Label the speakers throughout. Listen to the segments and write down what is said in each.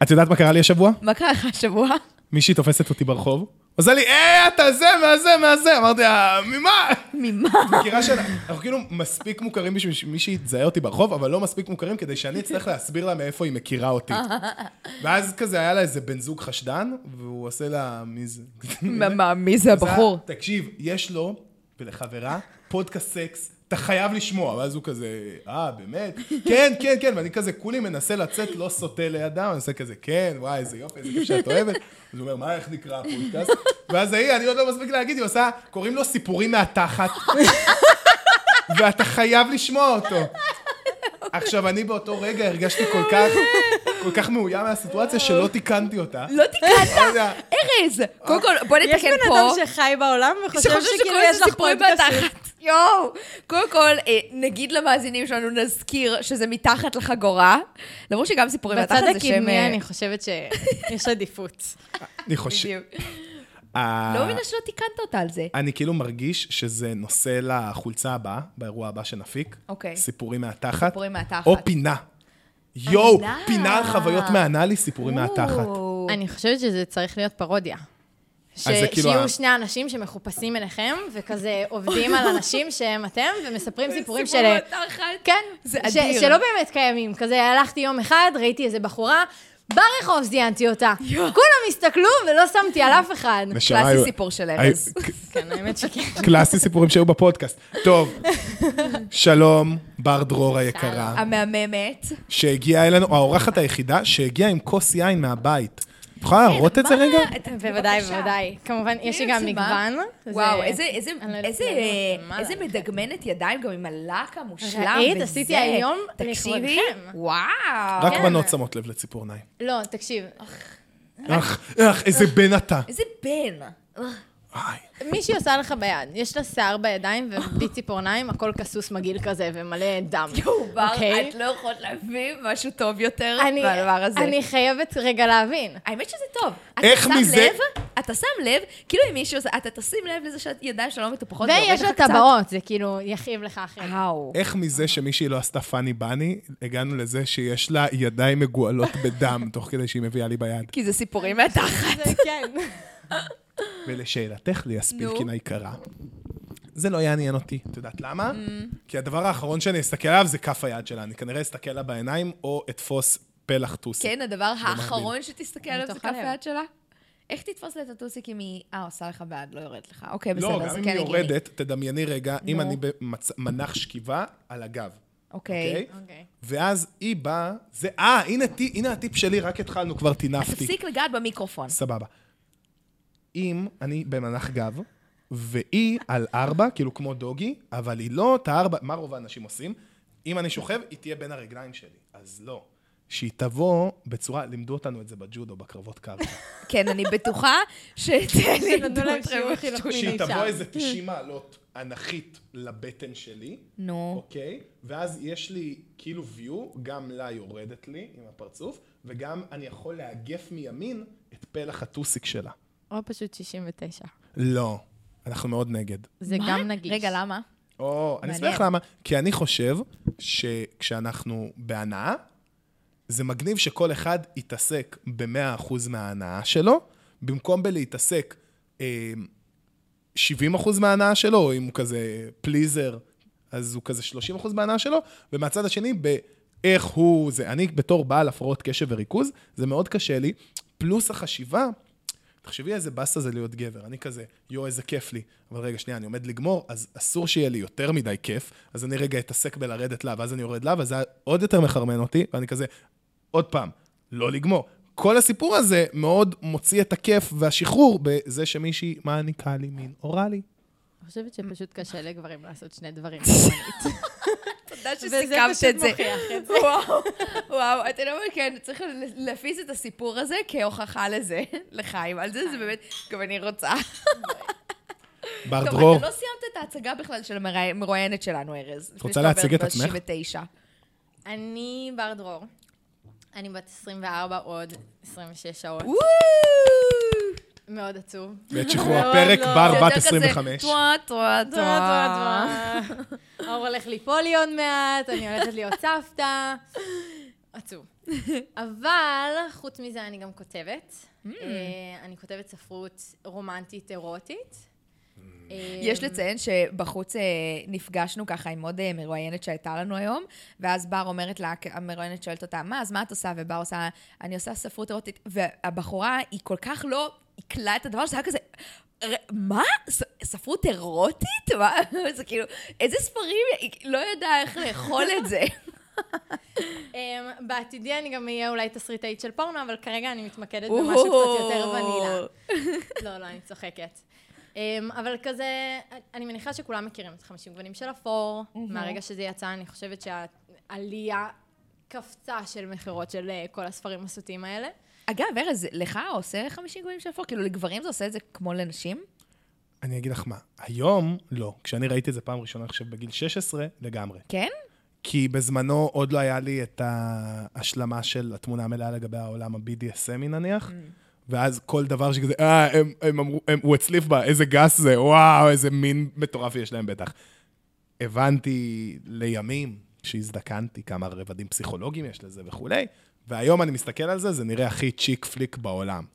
Speaker 1: את יודעת מה קרה לי השבוע?
Speaker 2: מה קרה לך השבוע?
Speaker 1: מישהי תופסת אותי ברחוב, עושה לי, אתה זה, מהזה. אמרתי, ממה?
Speaker 2: ממה?
Speaker 1: מכירה שאנחנו כאילו מספיק מוכרים בשביל שמישהי תזהה אותי ברחוב, אבל לא מספיק מוכרים כדי שאני אצטרך להסביר לה מאיפה היא מכירה אותי. ואז כזה היה לה איזה בן זוג חשדן, והוא עושה לה, מי זה?
Speaker 2: מי זה הבחור?
Speaker 1: תקשיב, יש לו, ולחברה, פודקאסט סקס, אתה חייב לשמוע, ואז הוא כזה, באמת? כן, ואני כזה, כולי מנסה לצאת, לא סוטה לידם, אני עושה כזה, כן, וואי, איזה יופי, איזה כיף שאת אוהבת. אז הוא אומר, איך נקרא הפודקאסט? ואז אני עוד לא מספיק להגיד, היא עושה, קוראים לו סיפורים מהתחת, ואתה חייב לשמוע אותו. עכשיו, אני באותו רגע הרגשתי כל כך מאוים מהסיטואציה שלא תיקנתי אותה.
Speaker 2: לא תיקנת? ארז! קודם כל, בוא נתקן פה.
Speaker 3: יש בן אדם שחי בעולם וחושב שכאילו יש לך פודקאסט.
Speaker 2: יואו! קודם כל, נגיד למאזינים שלנו נזכיר שזה מתחת לחגורה, למרות שגם סיפורים מהתחת זה שם...
Speaker 3: בצד הקדמי אני חושבת שיש עדיפות.
Speaker 1: אני חושב...
Speaker 2: לא מבינה שלא תיקנת אותה על זה.
Speaker 1: אני כאילו מרגיש שזה נושא לחולצה הבאה, באירוע הבא שנפיק.
Speaker 2: אוקיי.
Speaker 1: סיפורים מהתחת.
Speaker 2: סיפורים מהתחת.
Speaker 1: או פינה. יואו, פינה על חוויות מהאנליס, סיפורים מהתחת.
Speaker 3: אני חושבת שזה צריך להיות פרודיה. שיהיו שני אנשים שמחופשים אליכם, וכזה עובדים על אנשים שהם אתם, ומספרים סיפורים של... כן, שלא באמת קיימים. כזה הלכתי יום אחד, ראיתי איזה בחורה, ברחוב זיינתי אותה. כולם הסתכלו ולא שמתי על אף אחד.
Speaker 2: קלאסי סיפור של ארז.
Speaker 3: כן, האמת שכן.
Speaker 1: קלאסי סיפורים שהיו בפודקאסט. טוב, שלום, בר דרור היקרה.
Speaker 2: המהממת.
Speaker 1: שהגיעה אלינו, האורחת היחידה שהגיעה עם כוס יין מהבית. את יכולה להראות את זה רגע?
Speaker 3: בוודאי. כמובן, יש לי גם מגוון.
Speaker 2: וואו, איזה מדגמנת ידיים, גם עם הלק המושלם.
Speaker 3: ראית, עשיתי היום לכבודכם.
Speaker 2: וואו.
Speaker 1: רק בנות שמות לב לציפורניים.
Speaker 3: לא, תקשיב.
Speaker 1: איזה בן אתה.
Speaker 2: איזה בן.
Speaker 3: מישהי עושה לך ביד, יש לה שיער בידיים ובלי ציפורניים, הכל כסוס מגעיל כזה ומלא דם.
Speaker 2: יואו, בר, את לא יכולת להבין משהו טוב יותר בדבר הזה.
Speaker 3: אני חייבת רגע להבין.
Speaker 2: האמת שזה טוב.
Speaker 1: איך מזה?
Speaker 2: אתה שם לב, כאילו אם מישהו עושה, אתה תשים לב לזה שידיים שלא מטופחות.
Speaker 3: ויש לה טבעות, זה כאילו יכאיב לך אחרי.
Speaker 1: איך מזה שמישהי לא עשתה פאני בני, הגענו לזה שיש לה ידיים מגועלות בדם, תוך כדי שהיא מביאה לי ביד.
Speaker 2: כי זה סיפורים מהתחת.
Speaker 3: זה כן.
Speaker 1: ולשאלתך לי, הספילקין היקרה, זה לא יעניין אותי. את יודעת למה? כי הדבר האחרון שאני אסתכל עליו זה כף היד שלה. אני כנראה אסתכל לה בעיניים או אתפוס פלח טוסיק.
Speaker 2: כן, הדבר האחרון שתסתכל עליו זה כף היד שלה? איך תתפוס את הטוסיק אם היא... עושה לך בעד, לא יורדת לך. אוקיי, בסדר, זה כן הגיוני.
Speaker 1: לא, גם אם היא יורדת, תדמייני רגע, אם אני במנח שכיבה על הגב.
Speaker 2: אוקיי.
Speaker 1: ואז היא באה, זה, הנה הטיפ שלי, רק התחלנו, כבר תינפתי.
Speaker 2: תפסיק לגעת במיקרופון.
Speaker 1: סבבה. אם אני במנח גב, והיא על 4, כאילו כמו דוגי, אבל היא לא את 4, מה רוב האנשים עושים? אם אני שוכב, היא תהיה בין הרגליים שלי. אז לא. שהיא תבוא בצורה, לימדו אותנו את זה בג'ודו, בקרבות קו.
Speaker 2: כן, אני בטוחה שלימדו אתכם.
Speaker 1: שהיא תבוא איזה 90 מעלות אנכית לבטן שלי.
Speaker 2: נו.
Speaker 1: אוקיי? ואז יש לי כאילו view, גם לה יורדת לי עם הפרצוף, וגם אני יכול לאגף מימין את פלח הטוסיק שלה.
Speaker 3: או פשוט 69.
Speaker 1: לא, אנחנו מאוד נגד.
Speaker 3: זה גם נגיש.
Speaker 2: רגע, למה?
Speaker 1: אני אסביר למה. כי אני חושב שכשאנחנו בהנאה, זה מגניב שכל אחד יתעסק ב100% מההנאה שלו, במקום בלהתעסק 70% מההנאה שלו, או אם הוא כזה פליזר, אז הוא כזה 30% מההנאה שלו, ומהצד השני, באיך הוא זה. אני בתור בעל הפרעות קשב וריכוז, זה מאוד קשה לי, פלוס החשיבה, תחשבי איזה בסה זה להיות גבר, אני כזה, איזה כיף לי, אבל רגע, שנייה, אני עומד לגמור, אז אסור שיהיה לי יותר מדי כיף, אז אני רגע אתעסק בלרדת לה, ואז אני יורד לה, וזה עוד יותר מחרמן אותי, ואני כזה, עוד פעם, לא לגמור. כל הסיפור הזה מאוד מוציא את הכיף והשחרור בזה שמישהי מעניקה לי מין אורלי.
Speaker 3: אני חושבת שפשוט קשה לגברים לעשות שני דברים.
Speaker 2: תודה שסיכמת את זה. וואו, אתה יודע מה, כן, צריך להפיס את הסיפור הזה כהוכחה לזה, לחיים. על זה באמת, גם אני רוצה.
Speaker 1: בר דרור.
Speaker 2: טוב, אתה לא סיימת את ההצגה בכלל של המרואיינת שלנו, ארז.
Speaker 1: את רוצה להציג את עצמך?
Speaker 3: אני בר דרור. אני בת 24 עוד 26 שעות. מאוד עצוב.
Speaker 1: בעת שחרור הפרק, בר בת 25.
Speaker 3: האור הולך ליפול לי עוד מעט, אני הולכת להיות סבתא. עצוב. אבל חוץ מזה אני גם כותבת. אני כותבת ספרות רומנטית, אירוטית.
Speaker 2: יש לציין שבחוץ נפגשנו ככה עם עוד מרואיינת שהייתה לנו היום, ואז בר אומרת לה, המרואיינת שואלת אותה, אז מה את עושה? ובר עושה, אני עושה ספרות אירוטית, והבחורה היא כל כך לא עיכלה את הדבר, שזה היה כזה, מה? ספרות אירוטית? מה? זה כאילו, איזה ספרים? לא ידעה איך לאכול את זה.
Speaker 3: בעתידי אני גם אהיה אולי תסריטאית של פורנו, אבל כרגע אני מתמקדת במשהו קצת יותר ונילה. לא, אני צוחקת. אבל כזה, אני מניחה שכולם מכירים את 50 גוונים של אפור. מהרגע שזה יצא, אני חושבת שהעלייה קפצה של מחירות של כל הספרים הסוטים האלה.
Speaker 2: אגב, ארז, לך עושה 50 גוונים של אפור? כאילו לגברים זה עושה את זה כמו לנשים?
Speaker 1: אני אגיד לך מה, היום לא. כשאני ראיתי את זה פעם ראשונה, עכשיו בגיל 16, לגמרי.
Speaker 2: כן?
Speaker 1: כי בזמנו עוד לא היה לי את ההשלמה של התמונה המלאה לגבי העולם ה-BDSM, נניח. ואז כל דבר שכזה, הם אמרו, הוא הצליף בה, איזה גס זה, וואו, איזה מין מטורף יש להם בטח. הבנתי לימים שהזדקנתי כמה רבדים פסיכולוגיים יש לזה וכו'. והיום אני מסתכל על זה, זה נראה הכי צ'יק פליק בעולם.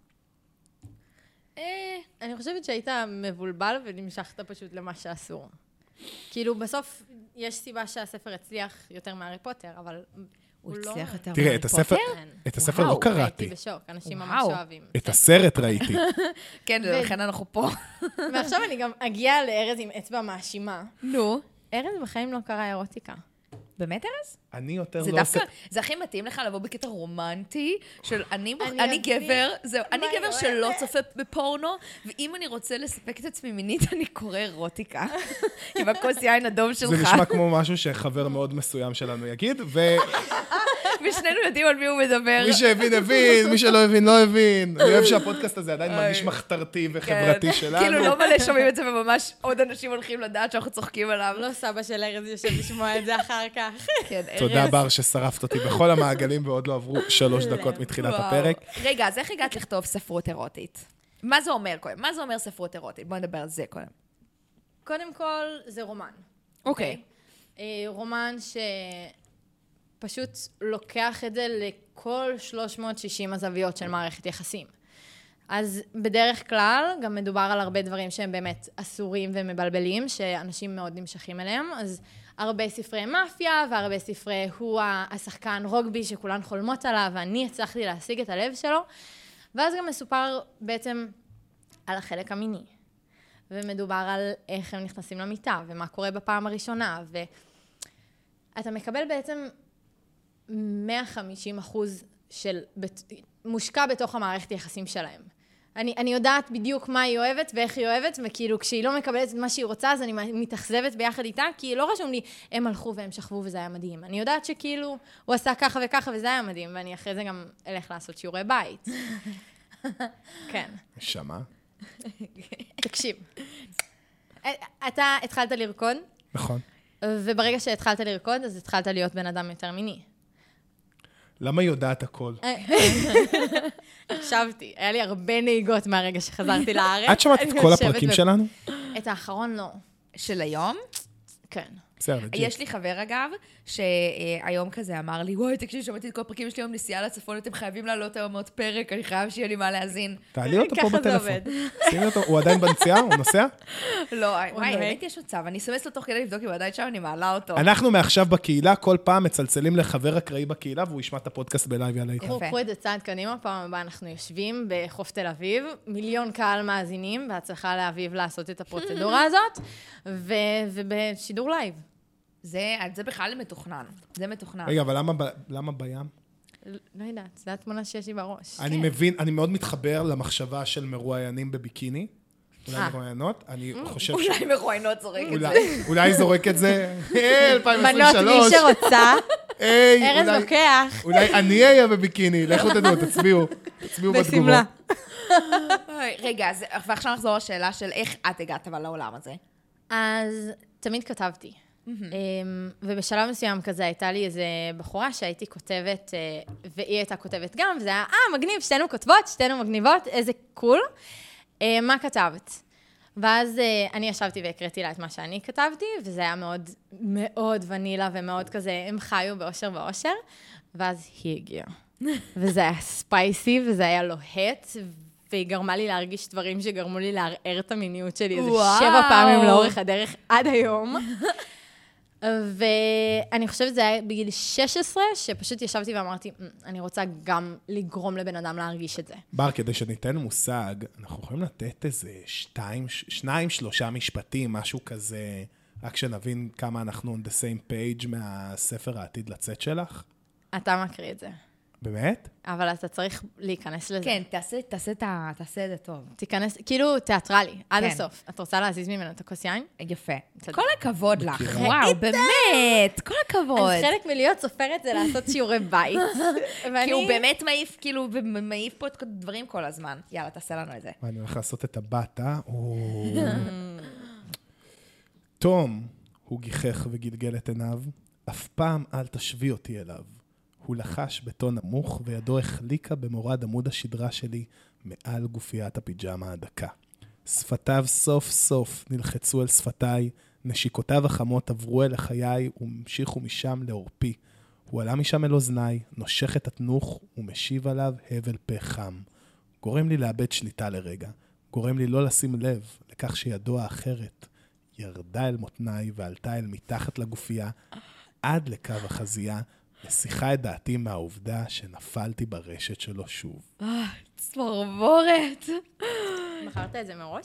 Speaker 3: אני חושבת שהיית מבולבל ונמשכת פשוט למה שאסור. כאילו, בסוף יש סיבה שהספר הצליח יותר מהארי פוטר, אבל
Speaker 2: הוא הצליח יותר
Speaker 1: תראה,
Speaker 2: מהארי פוטר?
Speaker 1: את הספר לא קראתי.
Speaker 3: הייתי בשוק, אנשים ממש אוהבים.
Speaker 1: את הסרט ראיתי.
Speaker 2: כן, לכן אנחנו פה.
Speaker 3: ועכשיו אני גם אגיע לארז עם אצבע מאשימה.
Speaker 2: נו.
Speaker 3: ארז בחיים לא קרא אירוטיקה.
Speaker 2: באמת, ארז?
Speaker 1: אני יותר לא עושה...
Speaker 2: זה הכי מתאים לך לבוא בקטע רומנטי, של אני גבר, זהו, אני גבר שלא צופה בפורנו, ואם אני רוצה לספק את עצמי מינית, אני קורא אירוטיקה. עם הכוס יין אדום שלך.
Speaker 1: זה נשמע כמו משהו שחבר מאוד מסוים שלנו יגיד,
Speaker 2: ושנינו יודעים על מי הוא מדבר.
Speaker 1: מי שהבין, הבין, מי שלא הבין, לא הבין. אני אוהב שהפודקאסט הזה עדיין מרגיש מחתרתי וחברתי שלנו.
Speaker 2: כאילו לא מלא שומעים את זה, וממש עוד אנשים הולכים לדעת שאנחנו צוחקים עליו.
Speaker 3: לא סבא של ארז יושב לשמוע את זה אחר כך.
Speaker 1: תודה בר ששרפת אותי בכל המעגלים, ועוד לא עברו 3 דקות מתחילת הפרק.
Speaker 2: רגע, אז איך הגעת לכתוב ספרות אירוטית? מה זה אומר קודם? מה זה אומר ספרות אירוטית? בואו נדבר על זה קודם.
Speaker 3: קודם כל, זה רומן.
Speaker 2: אוקיי.
Speaker 3: רומן שפשוט לוקח את זה לכל 360 הזוויות של מערכת יחסים. אז בדרך כלל גם מדובר על הרבה דברים שהם באמת אסורים ומבלבלים, שאנשים מאוד נמשכים אליהם. אז הרבה ספרי מאפיה והרבה ספרי הוא השחקן רוגבי שכולן חולמות עליו, ואני הצלחתי להשיג את הלב שלו. ואז גם מסופר בעצם על החלק המיני. ומדובר על איך הם נכנסים למיטה, ומה קורה בפעם הראשונה. ואתה מקבל בעצם 150% של מושקע בתוך המערכת יחסים שלהם. אני יודעת בדיוק מה היא אוהבת ואיך היא אוהבת, וכאילו כשהיא לא מקבלת את מה שהיא רוצה, אז אני מתאכזבת ביחד איתה, כי לא רשום לי, הם הלכו והם שכבו וזה היה מדהים. אני יודעת שכאילו הוא עשה ככה וככה וזה היה מדהים, ואני אחרי זה גם אלך לעשות שיעורי בית. כן.
Speaker 1: שמה?
Speaker 3: תקשיב. אתה התחלת לרקוד?
Speaker 1: נכון.
Speaker 3: וברגע שהתחלת לרקוד, אז התחלת להיות בן אדם יותר מיני.
Speaker 1: למה היא יודעת הכל?
Speaker 3: הקשבתי. היה לי הרבה נהיגות מהרגע שחזרתי לארץ.
Speaker 1: את שמעת את כל הפרקים שלנו?
Speaker 3: את האחרון לא.
Speaker 2: של היום?
Speaker 3: כן.
Speaker 2: יש לי חבר, אגב, שהיום כזה אמר לי, וואי, תקשיב, שמעתי את כל הפרקים, יש לי היום נסיעה לצפון, אתם חייבים לעלות היום עוד פרק, אני חייב שיהיה לי מה להאזין.
Speaker 1: תעלי אותו פה בטלפון. שימי אותו, הוא עדיין בנסיעה? הוא נוסע?
Speaker 2: לא, וואי, באמת יש מצב, אני אסמס לו תוך כדי לבדוק אם הוא עדיין שם, אני מעלה אותו.
Speaker 1: אנחנו מעכשיו בקהילה, כל פעם מצלצלים לחבר אקראי בקהילה, והוא ישמע את הפודקאסט בלייב יאללה איתו.
Speaker 3: קחו את זה צעד קדימה, פעם הבאה אנחנו יושבים בחוף תל אביב, 1,000,000 קהל מאזינים, והצלחה לאביב לעשות את הפרוצדורה הזאת, ובשידור לייב.
Speaker 2: זה בכלל מתוכנן. זה מתוכנן.
Speaker 1: רגע, אבל למה בים?
Speaker 3: לא יודעת, זו התמונה שיש לי בראש.
Speaker 1: אני מבין, אני מאוד מתחבר למחשבה של מרואיינים בביקיני. אולי מרואיינות. אני חושב
Speaker 2: אולי מרואיינות זורק את זה.
Speaker 1: אולי זורק את זה. 2023.
Speaker 3: בנות, מי שרוצה. ארז לוקח.
Speaker 1: אולי אני אהיה בביקיני. לכו תדעו, תצביעו בתגובות.
Speaker 3: בסמלה.
Speaker 2: רגע, ועכשיו נחזור לשאלה של איך את הגעת אבל לעולם הזה.
Speaker 3: אז תמיד כתבתי. ובשלב מסוים כזה הייתה לי איזה בחורה שהייתי כותבת, והיא הייתה כותבת גם, וזה היה, מגניב, שתינו כותבות, שתינו מגניבות, איזה קול. מה כתבת? ואז אני ישבתי והקראתי לה את מה שאני כתבתי, וזה היה מאוד מאוד ונילה ומאוד כזה, הם חיו באושר ואושר, ואז היא הגיעה. וזה היה ספייסי, וזה היה לוהט, והיא גרמה לי להרגיש דברים שגרמו לי לערער את המיניות שלי איזה 7 פעמים לאורך הדרך עד היום. ואני חושבת שזה היה בגיל 16, שפשוט ישבתי ואמרתי, אני רוצה גם לגרום לבן אדם להרגיש את זה.
Speaker 1: בר, כדי שניתן מושג, אנחנו יכולים לתת איזה 2-3 משפטים, משהו כזה, רק שנבין כמה אנחנו on the same page מהספר העתיד לצאת שלך?
Speaker 3: אתה מקריא את זה.
Speaker 1: באמת?
Speaker 3: אבל אתה צריך להיכנס לזה.
Speaker 2: כן, תעשה את זה טוב.
Speaker 3: תיכנס, כאילו תיאטרלי, עד הסוף. את רוצה להזיז ממנו את הכוס יין?
Speaker 2: יפה. כל הכבוד לך. וואו, באמת, כל הכבוד.
Speaker 3: אז חלק מלהיות סופרת זה לעשות שיעורי בית.
Speaker 2: כי הוא באמת מעיף, כאילו, ומעיף פה את הדברים כל הזמן. יאללה, תעשה לנו את זה.
Speaker 1: אני הולך לעשות את הבת, תום, הוא גיחך וגלגל את עיניו, אף פעם אל תשווי אותי אליו. הוא לחש בטון נמוך, וידו החליקה במורד עמוד השדרה שלי מעל גופיית הפיג'מה הדקה. שפתיו סוף סוף נלחצו על שפתיי, נשיקותיו החמות עברו אל החיי ומשיכו משם לעורפי. הוא עלה משם אל אוזניי, נושך את התנוך ומשיב עליו הבל פה חם. גורם לי לאבד שליטה לרגע, גורם לי לא לשים לב לכך שידו האחרת ירדה אל מותניי ועלתה אל מתחת לגופייה עד לקו החזייה, ושיחה את דעתי מהעובדה שנפלתי ברשת שלו שוב.
Speaker 2: צמרמורת.
Speaker 3: בחרת את זה מראש?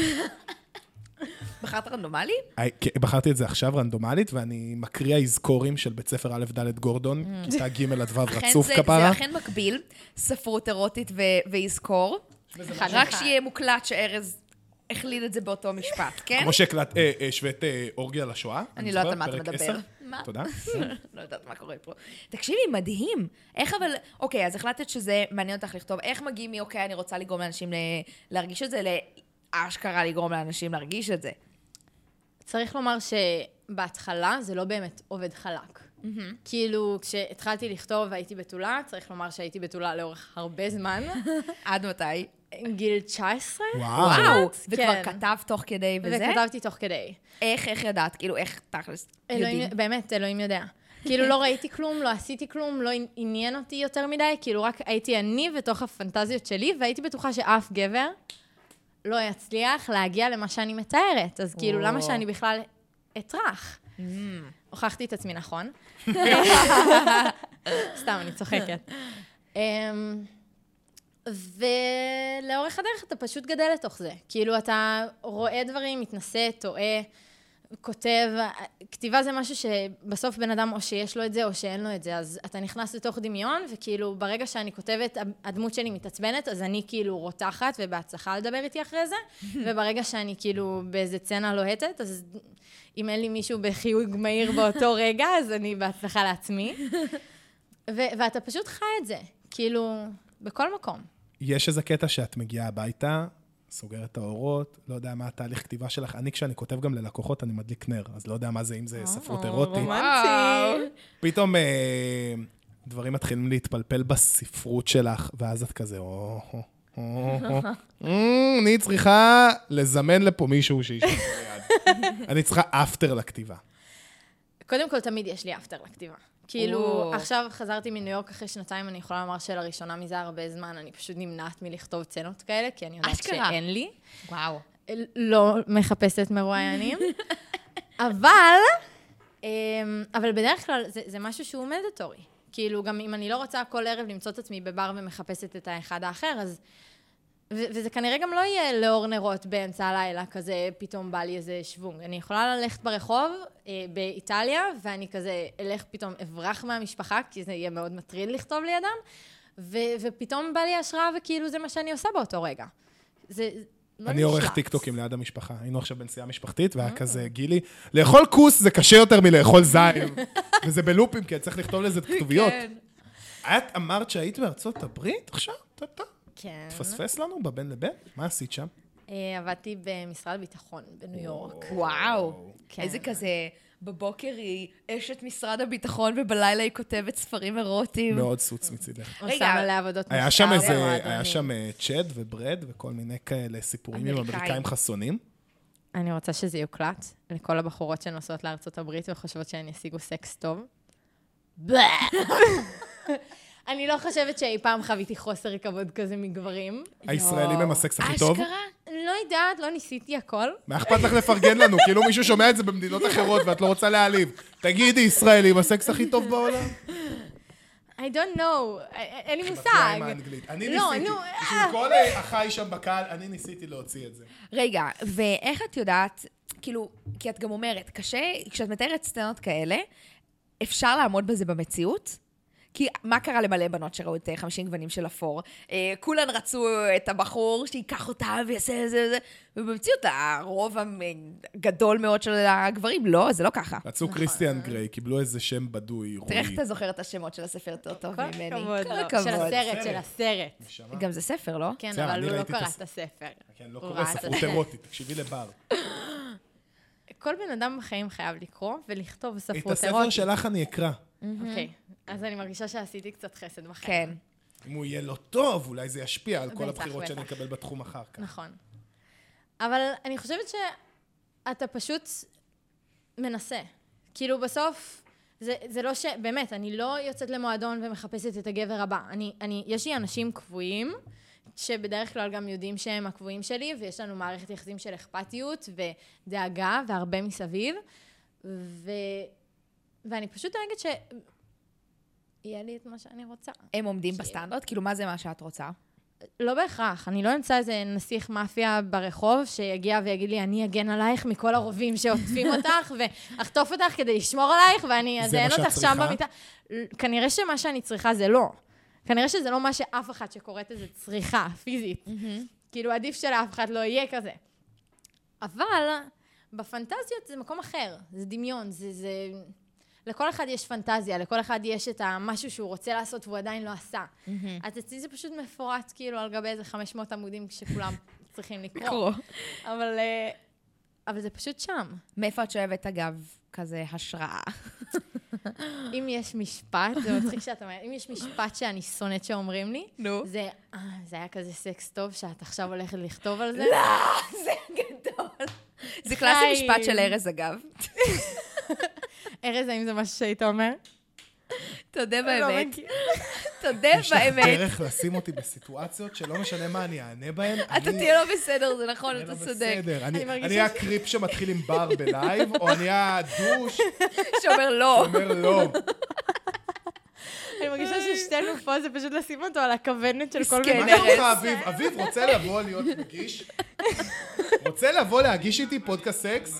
Speaker 2: בחרת רנדומלי?
Speaker 1: בחרתי את זה עכשיו רנדומלית, ואני מקריא האזכורים של בית ספר א' ד' גורדון, כיתה ג' לדבר רצוף כפרה.
Speaker 2: זה אכן מקביל, ספרות אירוטית ואזכור. רק שיהיה מוקלט שארז החליט את זה באותו משפט, כן?
Speaker 1: כמו שהשווית אורגיה לשואה.
Speaker 2: אני לא יודעת על מה אתה מדבר.
Speaker 1: תודה.
Speaker 2: לא יודעת מה קורה פה. תקשיבי, מדהים. איך אבל, אוקיי, אז החלטת שזה מעניין אותך לכתוב, איך מגיעים אוקיי, אני רוצה לגרום לאנשים להרגיש את זה, לאשכרה לגרום לאנשים להרגיש את זה.
Speaker 3: צריך לומר שבהתחלה זה לא באמת עובד חלק. כאילו, כשהתחלתי לכתוב והייתי בתולה, צריך לומר שהייתי בתולה לאורך הרבה זמן.
Speaker 2: עד מתי?
Speaker 3: גיל 19.
Speaker 2: וואו. וכבר כתב תוך כדי וזה?
Speaker 3: וכתבתי תוך כדי.
Speaker 2: איך ידעת? כאילו, איך תכלס יודעים?
Speaker 3: באמת, אלוהים יודע. כאילו, לא ראיתי כלום, לא עשיתי כלום, לא עניין אותי יותר מדי, כאילו, רק הייתי אני בתוך הפנטזיות שלי, והייתי בטוחה שאף גבר לא יצליח להגיע למה שאני מתארת. אז כאילו, למה שאני בכלל אטרח? הוכחתי את עצמי נכון. סתם, אני צוחקת. ולאורך הדרך אתה פשוט גדל לתוך זה. כאילו, אתה רואה דברים, מתנסה, טועה, כותב. כתיבה זה משהו שבסוף בן אדם או שיש לו את זה או שאין לו את זה, אז אתה נכנס לתוך דמיון, וכאילו ברגע שאני כותבת, הדמות שלי מתעצבנת, אז אני כאילו רותחת ובהצלחה לדבר איתי אחרי זה, וברגע שאני כאילו באיזה צנה לוהטת, אז אם אין לי מישהו בחיוג מהיר באותו רגע, אז אני בהצלחה לעצמי. ואתה פשוט חי את זה, כאילו, בכל מקום.
Speaker 1: יש איזה קטע שאת מגיעה הביתה, סוגרת את האורות, לא יודע מה התהליך כתיבה שלך. אני, כשאני כותב גם ללקוחות, אני מדליק נר, אז לא יודע מה זה, אם זה ספרות אירוטית.
Speaker 3: רומנטי.
Speaker 1: פתאום דברים מתחילים להתפלפל בספרות שלך, ואז את כזה, אני צריכה לזמן לפה מישהו שישב ביד. אני צריכה אפטר לכתיבה.
Speaker 3: קודם כל, תמיד יש לי אפטר לכתיבה. כאילו, עכשיו חזרתי מניו יורק אחרי 2 אני יכולה לומר שלראשונה מזה הרבה זמן, אני פשוט נמנעת מלכתוב צנות כאלה, כי אני יודעת שאין לי.
Speaker 2: וואו.
Speaker 3: לא מחפשת מרואיינים. אבל בדרך כלל זה משהו שהוא מנדטורי. כאילו, גם אם אני לא רוצה כל ערב למצוא את עצמי בבר ומחפשת את האחד האחר, אז... וזה כנראה גם לא יהיה לאור נרות באמצע הלילה, כזה פתאום בא לי איזה שוונג. אני יכולה ללכת ברחוב באיטליה, ואני כזה אלך פתאום אברח מהמשפחה, כי זה יהיה מאוד מטריד לכתוב לידם, ופתאום בא לי השראה, וכאילו זה מה שאני עושה באותו רגע.
Speaker 1: אני עורך טיקטוקים ליד המשפחה. היינו עכשיו בנסיעה משפחתית, והיה כזה גילי, לאכול כוס זה קשה יותר מלאכול זין. וזה בלופים, כי צריך לכתוב לזה כתוביות. את אמרת שהיית בארצות הברית עכשיו?
Speaker 3: כן.
Speaker 1: תפספס לנו בבין לבין? מה עשית שם?
Speaker 3: עבדתי במשרד הביטחון בניו יורק.
Speaker 2: וואו. איזה כזה, בבוקר היא אשת משרד הביטחון, ובלילה היא כותבת ספרים אירוטיים.
Speaker 1: מאוד סוץ מצידך.
Speaker 3: עושה מלא עבודות
Speaker 1: מחקר. היה שם צ'אד וברד, וכל מיני כאלה סיפורים עם אמריקאים חסונים.
Speaker 3: אני רוצה שזה יוקלט לכל הבחורות שנוסעות לארצות הברית וחושבות שהן ישיגו סקס טוב. אני לא חושבת שאי פעם חוויתי חוסר כבוד כזה מגברים.
Speaker 1: הישראלים הם הסקס הכי טוב?
Speaker 2: אשכרה?
Speaker 3: לא יודעת, לא ניסיתי הכל.
Speaker 1: מה אכפת לך לפרגן לנו? כאילו מישהו שומע את זה במדינות אחרות ואת לא רוצה להעליב. תגידי, ישראלים, הסקס הכי טוב בעולם?
Speaker 3: I don't know, אין לי מושג.
Speaker 1: אני ניסיתי. בשביל כל החי שם בקהל, אני ניסיתי להוציא את זה.
Speaker 2: רגע, ואיך את יודעת, כאילו, כי את גם אומרת, קשה, כשאת מתארת סצנות כאלה, אפשר לעמוד בזה במציאות? כי מה קרה למלא בנות שראו את 50 גוונים של אפור? כולן רצו את הבחור שיקח אותה ויעשה זה, ובמציאות הרוב הגדול מאוד של הגברים, לא, זה לא ככה.
Speaker 1: רצו קריסטיאן גריי, קיבלו איזה שם בדוי, רועי.
Speaker 2: תראה איך אתה זוכר את השמות של הספר יותר טוב ממני.
Speaker 3: כל הכבוד. של הסרט.
Speaker 2: גם זה ספר, לא?
Speaker 3: כן, אבל הוא לא קרא את הספר.
Speaker 1: כן, לא קורא ספרות אירוטית, תקשיבי לבר.
Speaker 3: כל בן אדם בחיים חייב לקרוא ולכתוב ספרות אירוטית.
Speaker 1: את הספר שלך אני אקרא.
Speaker 3: אוקיי, אז אני מרגישה שעשיתי קצת חסד בחיים.
Speaker 2: כן.
Speaker 1: אם הוא יהיה לא טוב, אולי זה ישפיע על כל הבחירות שאני אקבל בתחום אחר כך.
Speaker 3: נכון. אבל אני חושבת שאתה פשוט מנסה. כאילו בסוף, זה לא ש... באמת, אני לא יוצאת למועדון ומחפשת את הגבר הבא. יש לי אנשים קבועים, שבדרך כלל גם יודעים שהם הקבועים שלי, ויש לנו מערכת יחסים של אכפתיות ודאגה והרבה מסביב. ואני פשוט אגיד יהיה לי את מה שאני רוצה.
Speaker 2: הם עומדים בסטנדרט? כאילו, מה זה מה שאת רוצה?
Speaker 3: לא בהכרח. אני לא אמצא איזה נסיך מאפיה ברחוב שיגיע ויגיד לי, אני אגן עלייך מכל הרובים שעוטפים אותך, ואחטוף אותך כדי לשמור עלייך, ואני אזיין אותך שם במיטה. כנראה שמה שאני צריכה זה לא. כנראה שזה לא מה שאף אחד שקוראת איזה צריכה פיזית. כאילו, עדיף שלאף אחד לא יהיה כזה. אבל בפנטזיות זה מקום אחר. זה דמיון, זה... לכל אחד יש פנטזיה, לכל אחד יש את המשהו שהוא רוצה לעשות והוא עדיין לא עשה. אז אצלי זה פשוט מפורט כאילו על גבי איזה 500 עמודים כשכולם צריכים לקרוא. אבל זה פשוט שם.
Speaker 2: מאיפה את שואבת אגב כזה השראה?
Speaker 3: אם יש משפט, זה מצחיק שאת אומרת, אם יש משפט שאני שונאת שאומרים לי, זה היה כזה סקס טוב שאת עכשיו הולכת לכתוב על זה.
Speaker 2: לא, זה גדול. זה קלאסי משפט של ארז אגב.
Speaker 3: ארז, האם זה משהו שהיית אומר?
Speaker 2: תודה באמת. תודה באמת.
Speaker 1: יש לך דרך לשים אותי בסיטואציות שלא משנה מה אני אענה בהן.
Speaker 2: אתה תהיה לא בסדר, זה נכון, אתה צודק.
Speaker 1: אני אהיה הקריפ שמתחיל עם בר בלייב, או אני אהיה הדוש
Speaker 2: שאומר לא.
Speaker 1: שאומר לא.
Speaker 3: אני מרגישה ששתינו פה זה פשוט לשים אותו על הכוונת של כל
Speaker 2: מיני.
Speaker 1: מה קורה אביב? אביב רוצה לבוא להיות מגיש? רוצה לבוא להגיש איתי פודקאסט סקס?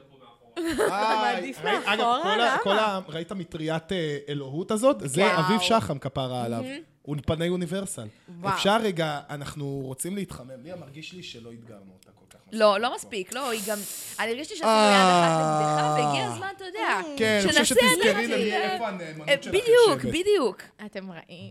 Speaker 3: מעדיף מאחורה,
Speaker 1: ראית מטריית אלוהות הזאת? זה אביב שחם כפרה עליו. אולפני יוניברסל. אפשר רגע, אנחנו רוצים להתחמם. לי מרגיש לי שלא התגרנו אותה כל כך.
Speaker 2: לא, לא מספיק, לא, היא גם... אני הרגישתי שעשינו יד אחת נגדך, והגיע הזמן, אתה יודע.
Speaker 1: כן, אני חושב שתזכרי לי איפה הנאמנות שלך
Speaker 2: בדיוק, בדיוק.
Speaker 3: אתם רעים.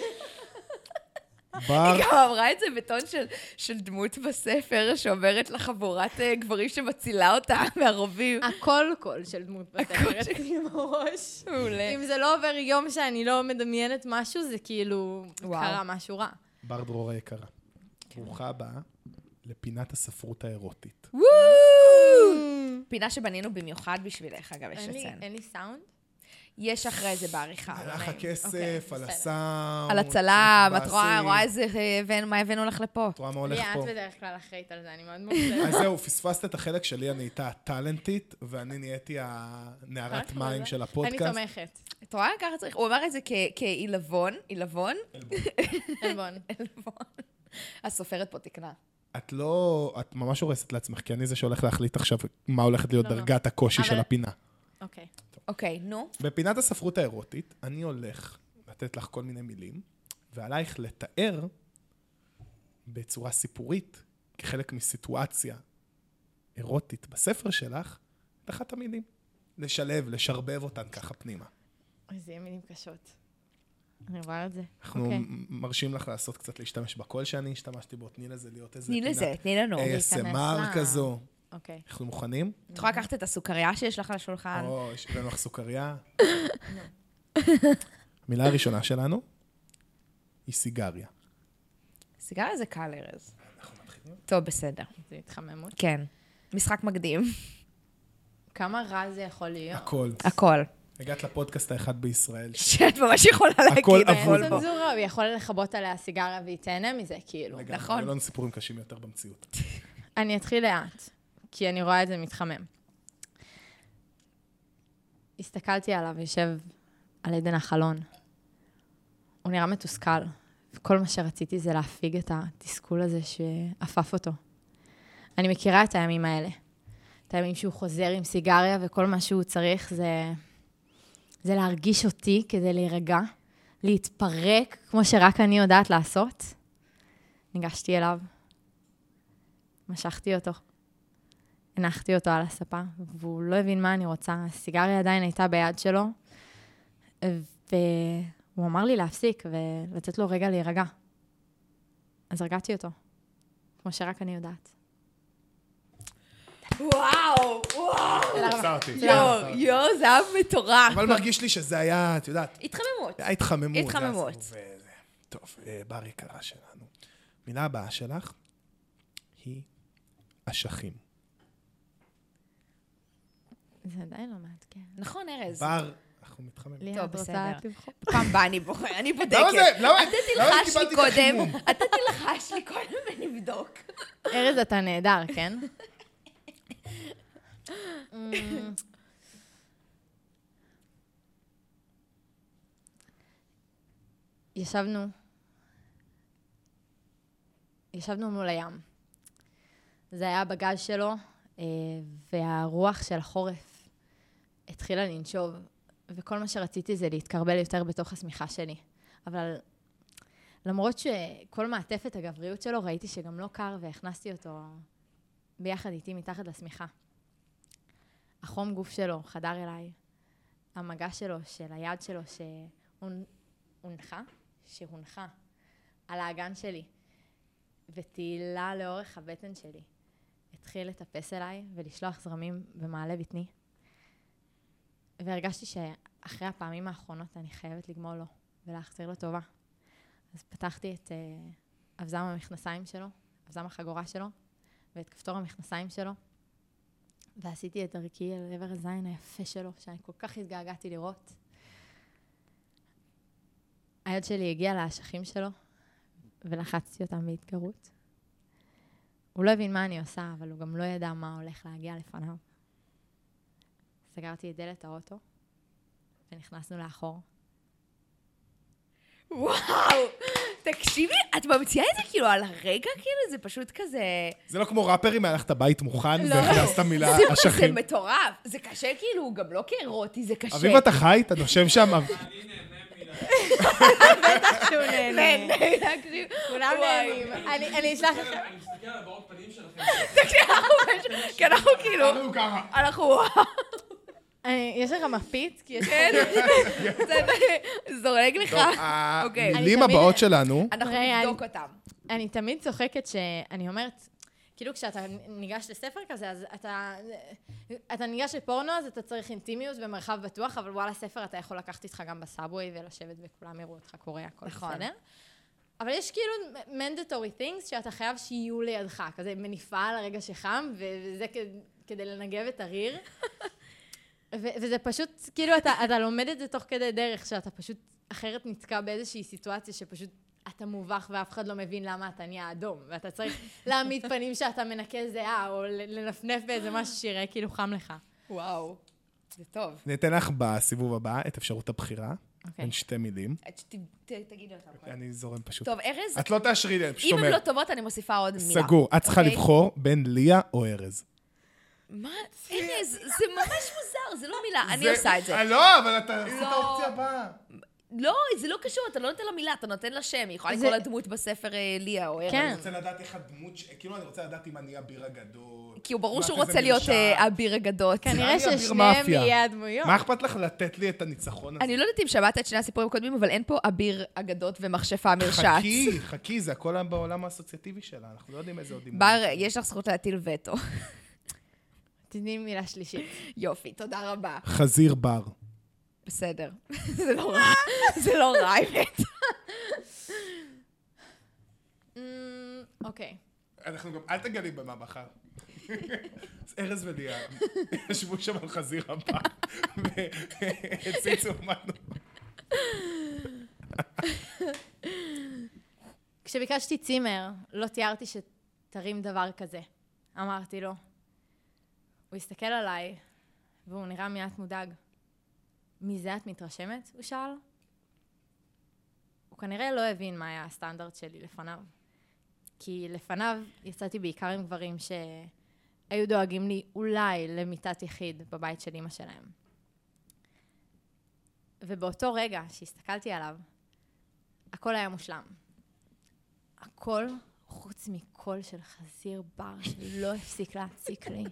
Speaker 2: היא גם אמרה את זה בטון של דמות בספר שאומרת לחבורת גברים שמצילה אותה מהרובים.
Speaker 3: הכל קול של דמות בספר, אצלי בראש.
Speaker 2: מעולה.
Speaker 3: אם זה לא עובר יום שאני לא מדמיינת משהו, זה כאילו קרה משהו רע.
Speaker 1: בר דרור היקרה, ברוכה הבאה לפינת הספרות האירוטית.
Speaker 2: פינה שבנינו במיוחד בשבילך, אגב, יש לציין.
Speaker 3: אין לי סאונד?
Speaker 2: יש אחרי זה בעריכה.
Speaker 1: הלך הכסף, על הסאונד.
Speaker 2: על הצלם, את רואה איזה, מה הבאנו לך לפה.
Speaker 1: את רואה מה הולך פה.
Speaker 3: את בדרך כלל אחראית על זה, אני מאוד מוגזרת.
Speaker 1: אז זהו, פספסת את החלק שלי, אני הייתה הטלנטית, ואני נהייתי הנערת מים של הפודקאסט.
Speaker 3: אני תומכת.
Speaker 2: את רואה? ככה צריך, הוא אמר את זה כעילבון. עילבון?
Speaker 3: עלבון.
Speaker 2: הסופרת פה תקנה.
Speaker 1: את ממש הורסת לעצמך, כי אני זה שהולך להחליט עכשיו מה הולכת להיות דרגת הקושי של הפינה.
Speaker 3: אוקיי.
Speaker 2: אוקיי, נו.
Speaker 1: בפינת הספרות האירוטית, אני הולך לתת לך כל מיני מילים, ועלייך לתאר בצורה סיפורית, כחלק מסיטואציה אירוטית בספר שלך, את אחת המילים. לשלב, לשרבב אותן ככה פנימה.
Speaker 3: זה יהיה מילים קשות. אני רואה את זה.
Speaker 1: אנחנו מרשים לך לעשות קצת להשתמש בקול שאני השתמשתי בו, תני לזה להיות איזה
Speaker 2: פינת. תני לנו.
Speaker 1: ASMR כזו.
Speaker 3: אוקיי.
Speaker 1: אנחנו מוכנים?
Speaker 2: את יכולה לקחת את הסוכריה שיש לך על השולחן?
Speaker 1: יש לנו לך סוכריה. המילה הראשונה שלנו היא סיגריה.
Speaker 2: סיגריה זה קל, ארז. טוב, בסדר.
Speaker 3: זה התחממות.
Speaker 2: כן. משחק מקדים.
Speaker 3: כמה רע זה יכול להיות?
Speaker 2: הכל.
Speaker 1: הגעת לפודקאסט האחד בישראל.
Speaker 2: שאת ממש יכולה להגיד.
Speaker 1: הכל אבוד בו.
Speaker 3: צנזורה, הוא יכול לכבות עליה סיגריה והיא תהנה מזה, כאילו.
Speaker 2: נכון.
Speaker 1: זה לא סיפורים קשים יותר במציאות.
Speaker 3: אני אתחיל לאט, כי אני רואה את זה מתחמם. הסתכלתי עליו, יושב על עדן החלון. הוא נראה מתוסכל, וכל מה שרציתי זה להפיג את התסכול הזה שאפף אותו. אני מכירה את הימים האלה. את הימים שהוא חוזר עם סיגריה, וכל מה שהוא צריך זה להרגיש אותי כדי להירגע, להתפרק, כמו שרק אני יודעת לעשות. ניגשתי אליו, משכתי אותו, הנחתי אותו על הספה, והוא לא הבין מה אני רוצה. הסיגריה עדיין הייתה ביד שלו, והוא אמר לי להפסיק ולתת לו רגע להירגע. אז הרגעתי אותו, כמו שרק אני יודעת.
Speaker 2: וואו. יואו, זה היה מטורף.
Speaker 1: אבל מרגיש לי שזה היה, את יודעת...
Speaker 2: התחממות.
Speaker 1: היה התחממות. טוב, בר יקרה שלנו. מילה הבאה שלך היא אשכים.
Speaker 3: זה עדיין לא מעדכן.
Speaker 2: נכון, ארז.
Speaker 1: בר, אנחנו מתחממים.
Speaker 2: טוב, בסדר. פעם באה אני בוחר, אני בודקת.
Speaker 1: למה
Speaker 2: אתה תלחש לי קודם ונבדוק.
Speaker 3: ארז, אתה נהדר, כן? ישבנו מול הים. זה היה בגז שלו, והרוח של החורף התחילה לנשוב, וכל מה שרציתי זה להתקרבל יותר בתוך השמיכה שלי. אבל למרות שכל מעטפת הגבריות שלו, ראיתי שגם לא קר, והכנסתי אותו ביחד איתי מתחת לשמיכה. החום גוף שלו חדר אליי, המגע שלו, של היד שלו, שהונחה על האגן שלי, ותהילה לאורך הבטן שלי, התחיל לטפס אליי ולשלוח זרמים במעלה בטני. והרגשתי שאחרי הפעמים האחרונות אני חייבת לגמול לו ולהחזיר לו טובה. אז פתחתי את אבזם המכנסיים שלו, אבזם החגורה שלו, ואת כפתור המכנסיים שלו, ועשיתי את דרכי אל עבר הזין היפה שלו, שאני כל כך התגעגעתי לראות. היד שלי הגיעה לאשכים שלו, ולחצתי אותם בהתגרות. הוא לא הבין מה אני עושה, אבל הוא גם לא ידע מה הולך להגיע לפניו. סגרתי את דלת האוטו, ונכנסנו לאחור.
Speaker 2: וואו! תקשיבי, את ממציאה את זה כאילו על הרגע, כאילו זה פשוט כזה...
Speaker 1: זה לא כמו ראפרים, הלכת הבית מוכן, והכנסת מילה אשכים.
Speaker 2: זה מטורף, זה קשה כאילו, גם לא כאירוטי, זה קשה.
Speaker 1: אביב, אתה חי? אתה נושם שם?
Speaker 4: אני נהנה מילה.
Speaker 3: בטח שהוא נהנה.
Speaker 2: תקשיב.
Speaker 3: כולם נהנים. אני אשלח לך...
Speaker 4: אני מסתכל על הבעות פנים שלכם.
Speaker 2: תקשיב, כי אנחנו כאילו... אנחנו...
Speaker 3: יש לך מפית?
Speaker 2: כן, זה זורק לך.
Speaker 1: המילים הבאות שלנו...
Speaker 2: אנחנו נבדוק אותם.
Speaker 3: אני תמיד צוחקת שאני אומרת, כאילו כשאתה ניגש לספר כזה, אז אתה ניגש לפורנו, אז אתה צריך אינטימיות ומרחב בטוח, אבל וואלה, ספר אתה יכול לקחת איתך גם בסאבווי ולשבת וכולם יראו אותך קורא, הכל בסדר. אבל יש כאילו mandatory things שאתה חייב שיהיו לידך, כזה מניפה על הרגע שחם, וזה כדי לנגב את הריר. וזה פשוט, כאילו, אתה לומד את זה תוך כדי דרך, שאתה פשוט אחרת נתקע באיזושהי סיטואציה שפשוט אתה מובך ואף אחד לא מבין למה אתה נהיה אדום, ואתה צריך להעמיד פנים שאתה מנקה זהה, או לנפנף באיזה משהו שיראה כאילו חם לך.
Speaker 2: וואו, זה טוב.
Speaker 1: ניתן לך בסיבוב הבא את אפשרות הבחירה, בין שתי מילים.
Speaker 2: תגידי אותם.
Speaker 1: אני זורם פשוט.
Speaker 2: טוב, ארז...
Speaker 1: את לא תאשרי לי, פשוט אומר.
Speaker 2: אם הן לא טובות, אני מוסיפה עוד מילה.
Speaker 1: סגור, את צריכה לבחור בין ליה או ארז.
Speaker 2: מה? ארז, זה ממש מוזר, זה לא מילה, אני עושה את זה.
Speaker 1: לא, אבל אתה עושה את האופציה הבאה.
Speaker 2: לא, זה לא קשור, אתה לא נותן לה מילה, אתה נותן לה שם, היא יכולה לקרוא לה דמות בספר ליה או ארז.
Speaker 3: כן.
Speaker 1: אני רוצה לדעת איך הדמות, כאילו אני רוצה לדעת אם אני אביר הגדול.
Speaker 2: כי הוא ברור שהוא רוצה להיות אביר הגדול.
Speaker 3: כנראה ששניהם יהיה הדמויות.
Speaker 1: מה אכפת לך לתת לי את הניצחון הזה?
Speaker 2: אני לא יודעת אם שמעת את שני הסיפורים הקודמים, אבל אין פה אביר אגדות ומכשפה מרשץ.
Speaker 1: חכי, זה הכל בעולם האסוציאטיבי שלה, אנחנו לא יודעים איזה עוד דימוי.
Speaker 2: בר, יש לך זכות להטיל וטו.
Speaker 3: תתני מילה שלישית.
Speaker 2: יופי, תודה רבה.
Speaker 1: חזיר בר.
Speaker 2: בסדר. זה לא רע. זה לא רע, האמת.
Speaker 3: אוקיי.
Speaker 1: אנחנו גם, אל תגלי במה בחר. אז ארז וליאם ישבו שם על חזיר הבא, והציצו אותנו.
Speaker 3: כשביקשתי צימר, לא תיארתי שתרים דבר כזה. אמרתי לו. הוא הסתכל עליי, והוא נראה מעט מודאג. מזה את מתרשמת? הוא שאל. הוא כנראה לא הבין מה היה הסטנדרט שלי לפניו. כי לפניו יצאתי בעיקר עם גברים שהיו דואגים לי אולי למיטת יחיד בבית של אמא שלהם. ובאותו רגע שהסתכלתי עליו, הכל היה מושלם. הכל חוץ מקול של חזיר בר שלא הפסיק להציק לי.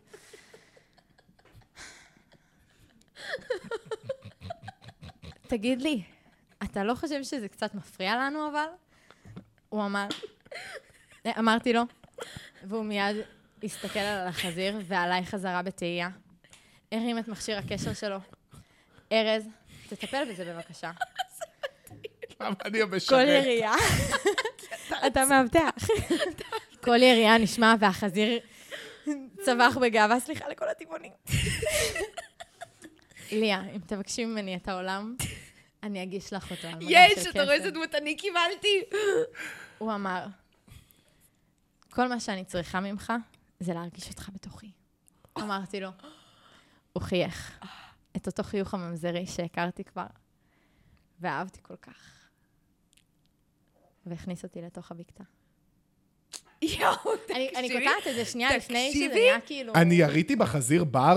Speaker 3: תגיד לי, אתה לא חושב שזה קצת מפריע לנו אבל? הוא אמר, אמרתי לו, והוא מיד הסתכל על החזיר ועליי חזרה בתהייה. הרים את מכשיר הקשר שלו. ארז, תטפל בזה בבקשה.
Speaker 1: אני המשרת.
Speaker 3: כל ירייה. אתה מאבטח. כל ירייה נשמע והחזיר צבח בגאווה, סליחה לכל הטבעונים. ליה, אם תבקשי ממני את העולם, אני אגיש לך אותו.
Speaker 2: יש, אתה רואה איזה דמות אני קיבלתי.
Speaker 3: הוא אמר, כל מה שאני צריכה ממך, זה להרגיש אותך בתוכי. אמרתי לו, הוא חייך. את אותו חיוך הממזרי שהכרתי כבר, ואהבתי כל כך. והכניס אותי לתוך הבקתה.
Speaker 2: יואו, תקשיבי.
Speaker 3: אני קוטעת את זה שנייה לפני שזה נהיה כאילו...
Speaker 1: אני יריתי בחזיר בר?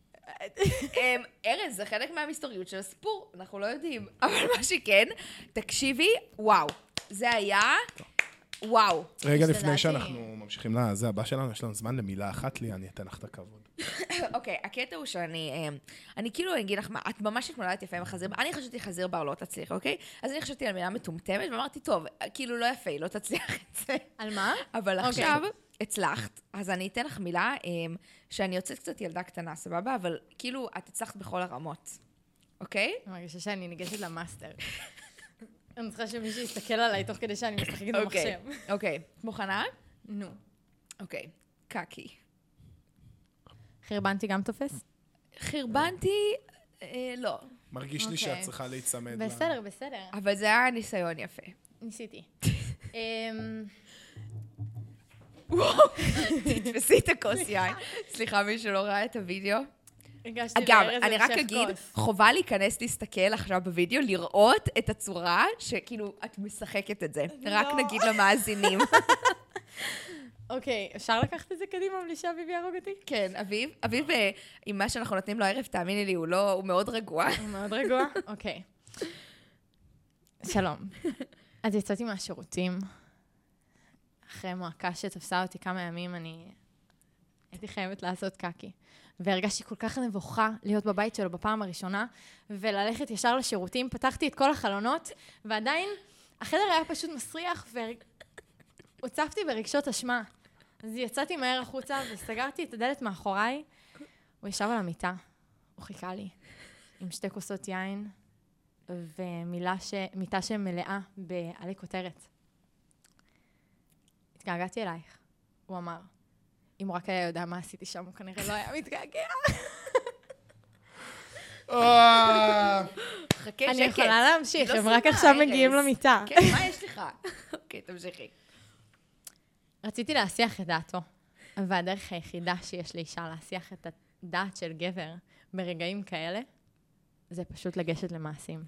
Speaker 2: ארז, זה חלק מהמסתוריות של הסיפור, אנחנו לא יודעים. אבל מה שכן, תקשיבי, וואו. זה היה... וואו.
Speaker 1: רגע לפני שאנחנו ממשיכים לזה הבא שלנו, יש לנו זמן למילה אחת לי, אני אתן לך את הכבוד.
Speaker 2: אוקיי, הקטע הוא אני כאילו אגיד לך, את ממש התמודדת יפה עם החזיר בר, אני חשבתי חזיר בר לא תצליח, אוקיי? אז אני חשבתי על מילה מטומטמת, ואמרתי, טוב, כאילו לא יפה, היא לא תצליח את זה.
Speaker 3: על מה?
Speaker 2: אבל עכשיו הצלחת, אז אני אתן לך מילה שאני יוצאת קצת ילדה קטנה, סבבה? אבל כאילו את הצלחת בכל הרמות, אוקיי?
Speaker 3: אני מרגישה שאני ניגשת למאסטר. אני צריכה שמישהו יסתכל עליי תוך כדי שאני משחקת במחשב.
Speaker 2: אוקיי, את מוכנה?
Speaker 3: נו.
Speaker 2: אוקיי, קקי.
Speaker 3: חרבנתי גם תופס?
Speaker 2: חרבנתי, לא.
Speaker 1: מרגיש לי שאת צריכה להיצמד.
Speaker 3: בסדר, בסדר.
Speaker 2: אבל זה היה ניסיון יפה.
Speaker 3: ניסיתי.
Speaker 2: וואו, תתפסי את הכוס יין. סליחה, מי שלא ראה את הוידאו. אגב, אני רק אגיד, חובה להיכנס להסתכל עכשיו בוידאו, לראות את הצורה שכאילו את משחקת את זה. רק נגיד למאזינים.
Speaker 3: אוקיי, אפשר לקחת את זה קדימה בלי שאביב יהרוג אותי?
Speaker 2: כן, אביב, עם מה שאנחנו נותנים לו ערב, תאמיני לי, הוא מאוד רגוע.
Speaker 3: הוא מאוד רגוע? אוקיי. שלום. אז יצאתי מהשירותים. אחרי מועקה שתפסה אותי כמה ימים, אני הייתי חייבת לעשות קקי. והרגשתי כל כך נבוכה להיות בבית שלו בפעם הראשונה, וללכת ישר לשירותים. פתחתי את כל החלונות, ועדיין החדר היה פשוט מסריח, והוצפתי ברגשות אשמה. אז יצאתי מהר החוצה, וסגרתי את הדלת מאחוריי. הוא ישב על המיטה, הוא חיכה לי, עם 2 כוסות יין, ומיטה שמלאה בעלי כותרת. התגעגעתי אלייך, הוא אמר. אם הוא רק היה יודע מה עשיתי שם, הוא כנראה לא היה מתגעגע.
Speaker 2: חכה, שקט.
Speaker 3: אני יכולה להמשיך, הם רק עכשיו מגיעים למיטה.
Speaker 2: כן, מה יש לך? אוקיי, תמשיכי.
Speaker 3: רציתי להסיח את דעתו, והדרך היחידה שיש לאישה להסיח את הדעת של גבר ברגעים כאלה, זה פשוט לגשת למעשים.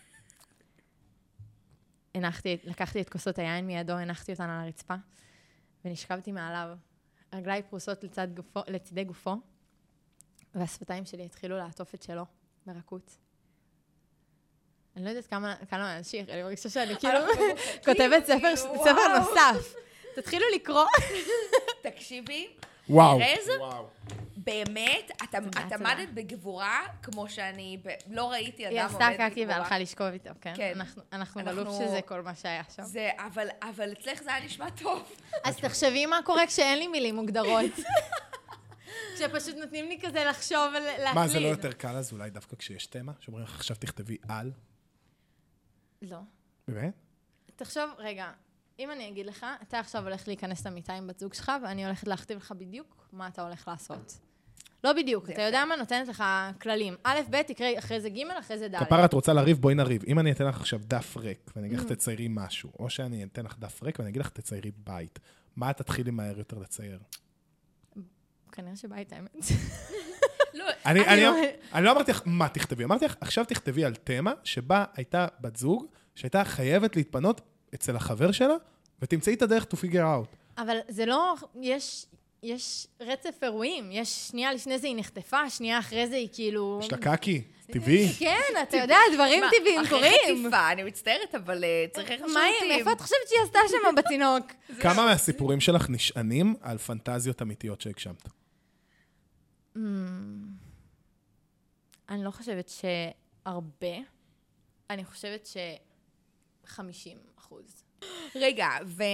Speaker 3: לקחתי את כוסות היין מידו, הנחתי אותן על הרצפה, ונשכבתי מעליו. רגליי פרוסות לצידי גופו, והשפתיים שלי התחילו לעטוף את שלו ברכות. אני לא יודעת כמה להמשיך, אני מרגישה שאני כאילו כותבת ספר נוסף. תתחילו לקרוא.
Speaker 2: תקשיבי,
Speaker 1: וואו.
Speaker 2: ארז, באמת, את עמדת בגבורה, כמו שאני לא ראיתי אדם עומד בגבורה.
Speaker 3: היא עשתה קקי והלכה לשכוב איתו, כן? אנחנו בלופ שזה כל מה שהיה שם.
Speaker 2: אבל אצלך זה היה נשמע טוב.
Speaker 3: אז תחשבי מה קורה כשאין לי מילים מוגדרות. כשפשוט נותנים לי כזה לחשוב ולהקליד.
Speaker 1: מה, זה לא יותר קל אז אולי דווקא כשיש תמה? שאומרים לך, עכשיו תכתבי על?
Speaker 3: לא.
Speaker 1: באמת?
Speaker 3: תחשוב, רגע, אם אני אגיד לך, אתה עכשיו הולך להיכנס למיטה עם בת זוג שלך, ואני הולכת להכתיב לך בדיוק מה אתה הולך לעשות. לא בדיוק, אתה יודע מה נותנת לך כללים. א', ב', תקראי אחרי זה ג', אחרי זה ד'.
Speaker 1: כפרה, את רוצה לריב? בואי נריב. אם אני אתן לך עכשיו דף ריק, ואני אגיד לך תציירי משהו, או שאני אתן לך דף ריק, ואני אגיד לך תציירי בית, מה את תתחילי מהר יותר לצייר?
Speaker 3: כנראה שבית, האמת.
Speaker 1: אני לא אמרתי לך מה תכתבי, אמרתי לך, עכשיו תכתבי על תמה שבה הייתה בת זוג, שהייתה חייבת להתפנות אצל החבר שלה, ותמצאי את הדרך to figure out.
Speaker 3: אבל זה לא, יש רצף אירועים, יש שנייה לפני זה היא נחטפה, שנייה אחרי זה היא כאילו...
Speaker 1: יש לה קקי, טבעי.
Speaker 3: כן, אתה יודע, דברים טבעיים קורים.
Speaker 2: אחרי חטיפה, אני מצטערת, אבל צריך איך שולטים.
Speaker 3: איפה את חושבת שהיא עשתה שם בתינוק?
Speaker 1: כמה מהסיפורים שלך נשענים על פנטזיות אמיתיות שהגשמת?
Speaker 3: אני לא חושבת שהרבה, אני חושבת 50%.
Speaker 2: רגע,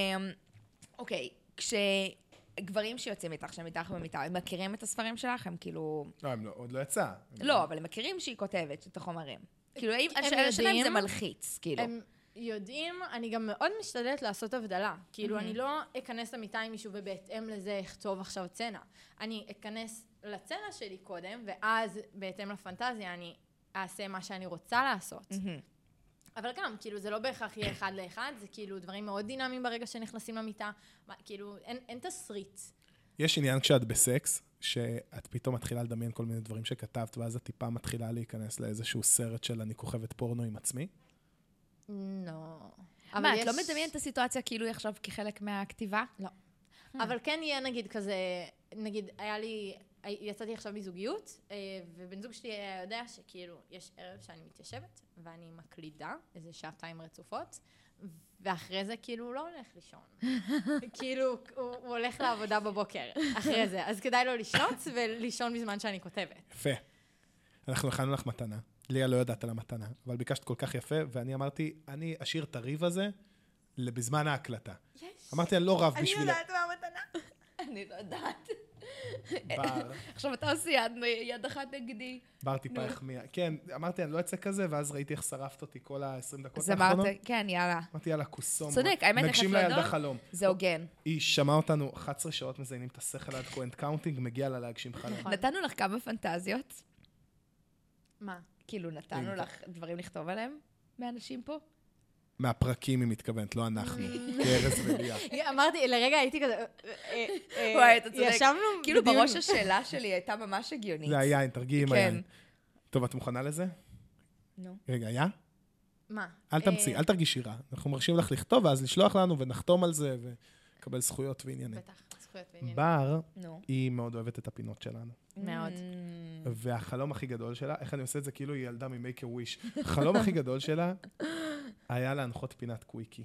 Speaker 2: אוקיי, כשגברים שיוצאים איתך, שהם איתך במיטה, הם מכירים את הספרים שלך? הם כאילו...
Speaker 1: לא, עוד לא יצא.
Speaker 2: לא, אבל הם מכירים שהיא כותבת את החומרים. כאילו, השאלה שלהם זה מלחיץ, כאילו.
Speaker 3: הם יודעים, אני גם מאוד משתדלת לעשות הבדלה. כאילו, אני לא אכנס למיטה עם מישהו ובהתאם לזה אכתוב עכשיו צנע. אני אכנס לצנע שלי קודם, ואז בהתאם לפנטזיה אני אעשה מה שאני רוצה לעשות. אבל גם, כאילו, זה לא בהכרח יהיה אחד לאחד, זה כאילו דברים מאוד דינמיים ברגע שנכנסים למיטה. כאילו, אין תסריט.
Speaker 1: יש עניין כשאת בסקס, שאת פתאום מתחילה לדמיין כל מיני דברים שכתבת, ואז את טיפה מתחילה להיכנס לאיזשהו סרט של אני כוכבת פורנו עם עצמי?
Speaker 3: לא.
Speaker 2: מה, את לא מדמיינת את הסיטואציה כאילו היא עכשיו כחלק מהכתיבה?
Speaker 3: לא. אבל כן יהיה נגיד כזה, נגיד יצאתי עכשיו מזוגיות, ובן זוג שלי היה יודע שכאילו יש ערב שאני מתיישבת, ואני מקלידה איזה 2 רצופות, ואחרי זה כאילו הוא לא הולך לישון. כאילו הוא הולך לעבודה בבוקר אחרי זה, אז כדאי לו לשלוץ ולישון בזמן שאני כותבת.
Speaker 1: יפה. אנחנו הכנו לך מתנה. ליה לא יודעת על המתנה, אבל ביקשת כל כך יפה, ואני אמרתי, אני אשאיר את הריב הזה בזמן ההקלטה. אמרתי, אני לא רב בשבילה.
Speaker 2: אני יודעת מה המתנה. אני לא יודעת.
Speaker 1: בר.
Speaker 2: עכשיו אתה עושה יד אחת נגדי.
Speaker 1: בר טיפה החמיאה. כן, אמרתי, אני לא אצא כזה, ואז ראיתי איך שרפת אותי כל ה-20 דקות האחרונות.
Speaker 2: כן, יאללה.
Speaker 1: אמרתי, יאללה, קוסום.
Speaker 2: צודק, האמת,
Speaker 1: נגשים לילדה חלום.
Speaker 2: זה הוגן.
Speaker 1: היא שמעה אותנו 11 שעות מזיינים את השכל עד קוונט קאונטינג, מגיע לה להגשים חלום.
Speaker 2: נתנו לך כמה פנטזיות?
Speaker 3: מה?
Speaker 2: כאילו, נתנו לך דברים לכתוב עליהם מאנשים פה?
Speaker 1: מהפרקים היא מתכוונת, לא אנחנו. כארז וליה.
Speaker 3: אמרתי, לרגע הייתי כזה...
Speaker 2: וואי, אתה צודק.
Speaker 3: ישבנו
Speaker 2: כאילו בראש השאלה שלי הייתה ממש הגיונית.
Speaker 1: זה היין, תרגיעי עם היין. טוב, את מוכנה לזה?
Speaker 2: נו.
Speaker 1: רגע, היה?
Speaker 3: מה?
Speaker 1: אל תמציא, אל תרגישי רע. אנחנו מרשים לך לכתוב, ואז לשלוח לנו ונחתום על זה וקבל זכויות ועניינים.
Speaker 3: בטח, זכויות ועניינים.
Speaker 1: בר, היא מאוד אוהבת את הפינות שלנו.
Speaker 3: מאוד.
Speaker 1: והחלום הכי גדול שלה, איך אני עושה את זה? כאילו היא ילדה ממייק וויש. החלום הכי גדול שלה היה להנחות פינת קוויקי.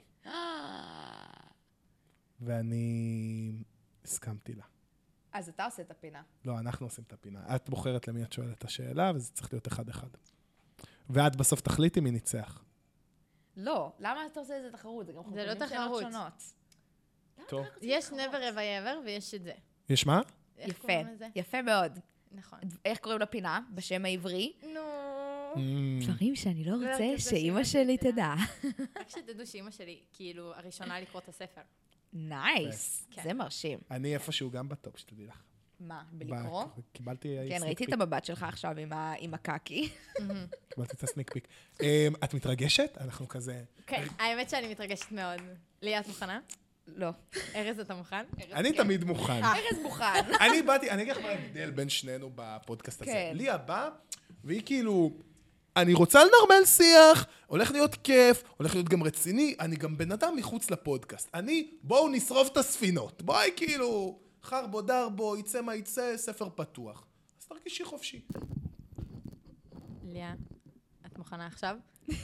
Speaker 1: ואני הסכמתי לה.
Speaker 2: אז אתה עושה את הפינה.
Speaker 1: לא, אנחנו עושים את הפינה. את בוחרת למי את שואלת את השאלה, וזה צריך להיות 1-1. ואת בסוף תחליטי מי ניצח.
Speaker 2: לא, למה אתה עושה איזה תחרות? זה גם
Speaker 3: זה לא תחרות.
Speaker 1: טוב.
Speaker 3: יש never ever ever ויש את זה.
Speaker 1: יש מה?
Speaker 2: יפה, יפה מאוד.
Speaker 3: נכון.
Speaker 2: איך קוראים לפינה? בשם העברי?
Speaker 3: נו.
Speaker 2: דברים שאני לא רוצה שאימא שלי תדע.
Speaker 3: רק שתדעו שאימא שלי, כאילו, הראשונה לקרוא את הספר.
Speaker 2: נייס, זה מרשים.
Speaker 1: אני איפשהו גם בטופ, שתדעי לך.
Speaker 2: מה, בלקרוא?
Speaker 1: קיבלתי
Speaker 2: כן, ראיתי את המבט שלך עכשיו עם הקקי.
Speaker 1: קיבלתי את הסניק פיק. את מתרגשת? אנחנו כזה...
Speaker 3: כן, האמת שאני מתרגשת מאוד. ליה, את מוכנה?
Speaker 2: לא.
Speaker 3: ארז, אתה מוכן?
Speaker 1: אני תמיד מוכן.
Speaker 2: ארז מוכן.
Speaker 1: אני באתי, אני אגיד לך מה ההבדל בין שנינו בפודקאסט הזה. ליה באה, והיא כאילו, אני רוצה לנרמל שיח, הולך להיות כיף, הולך להיות גם רציני, אני גם בן אדם מחוץ לפודקאסט. בואו נשרוף את הספינות. בואי כאילו, חרבו דרבו, יצא מה יצא, ספר פתוח. אז תרגישי חופשי.
Speaker 3: ליה, את מוכנה עכשיו?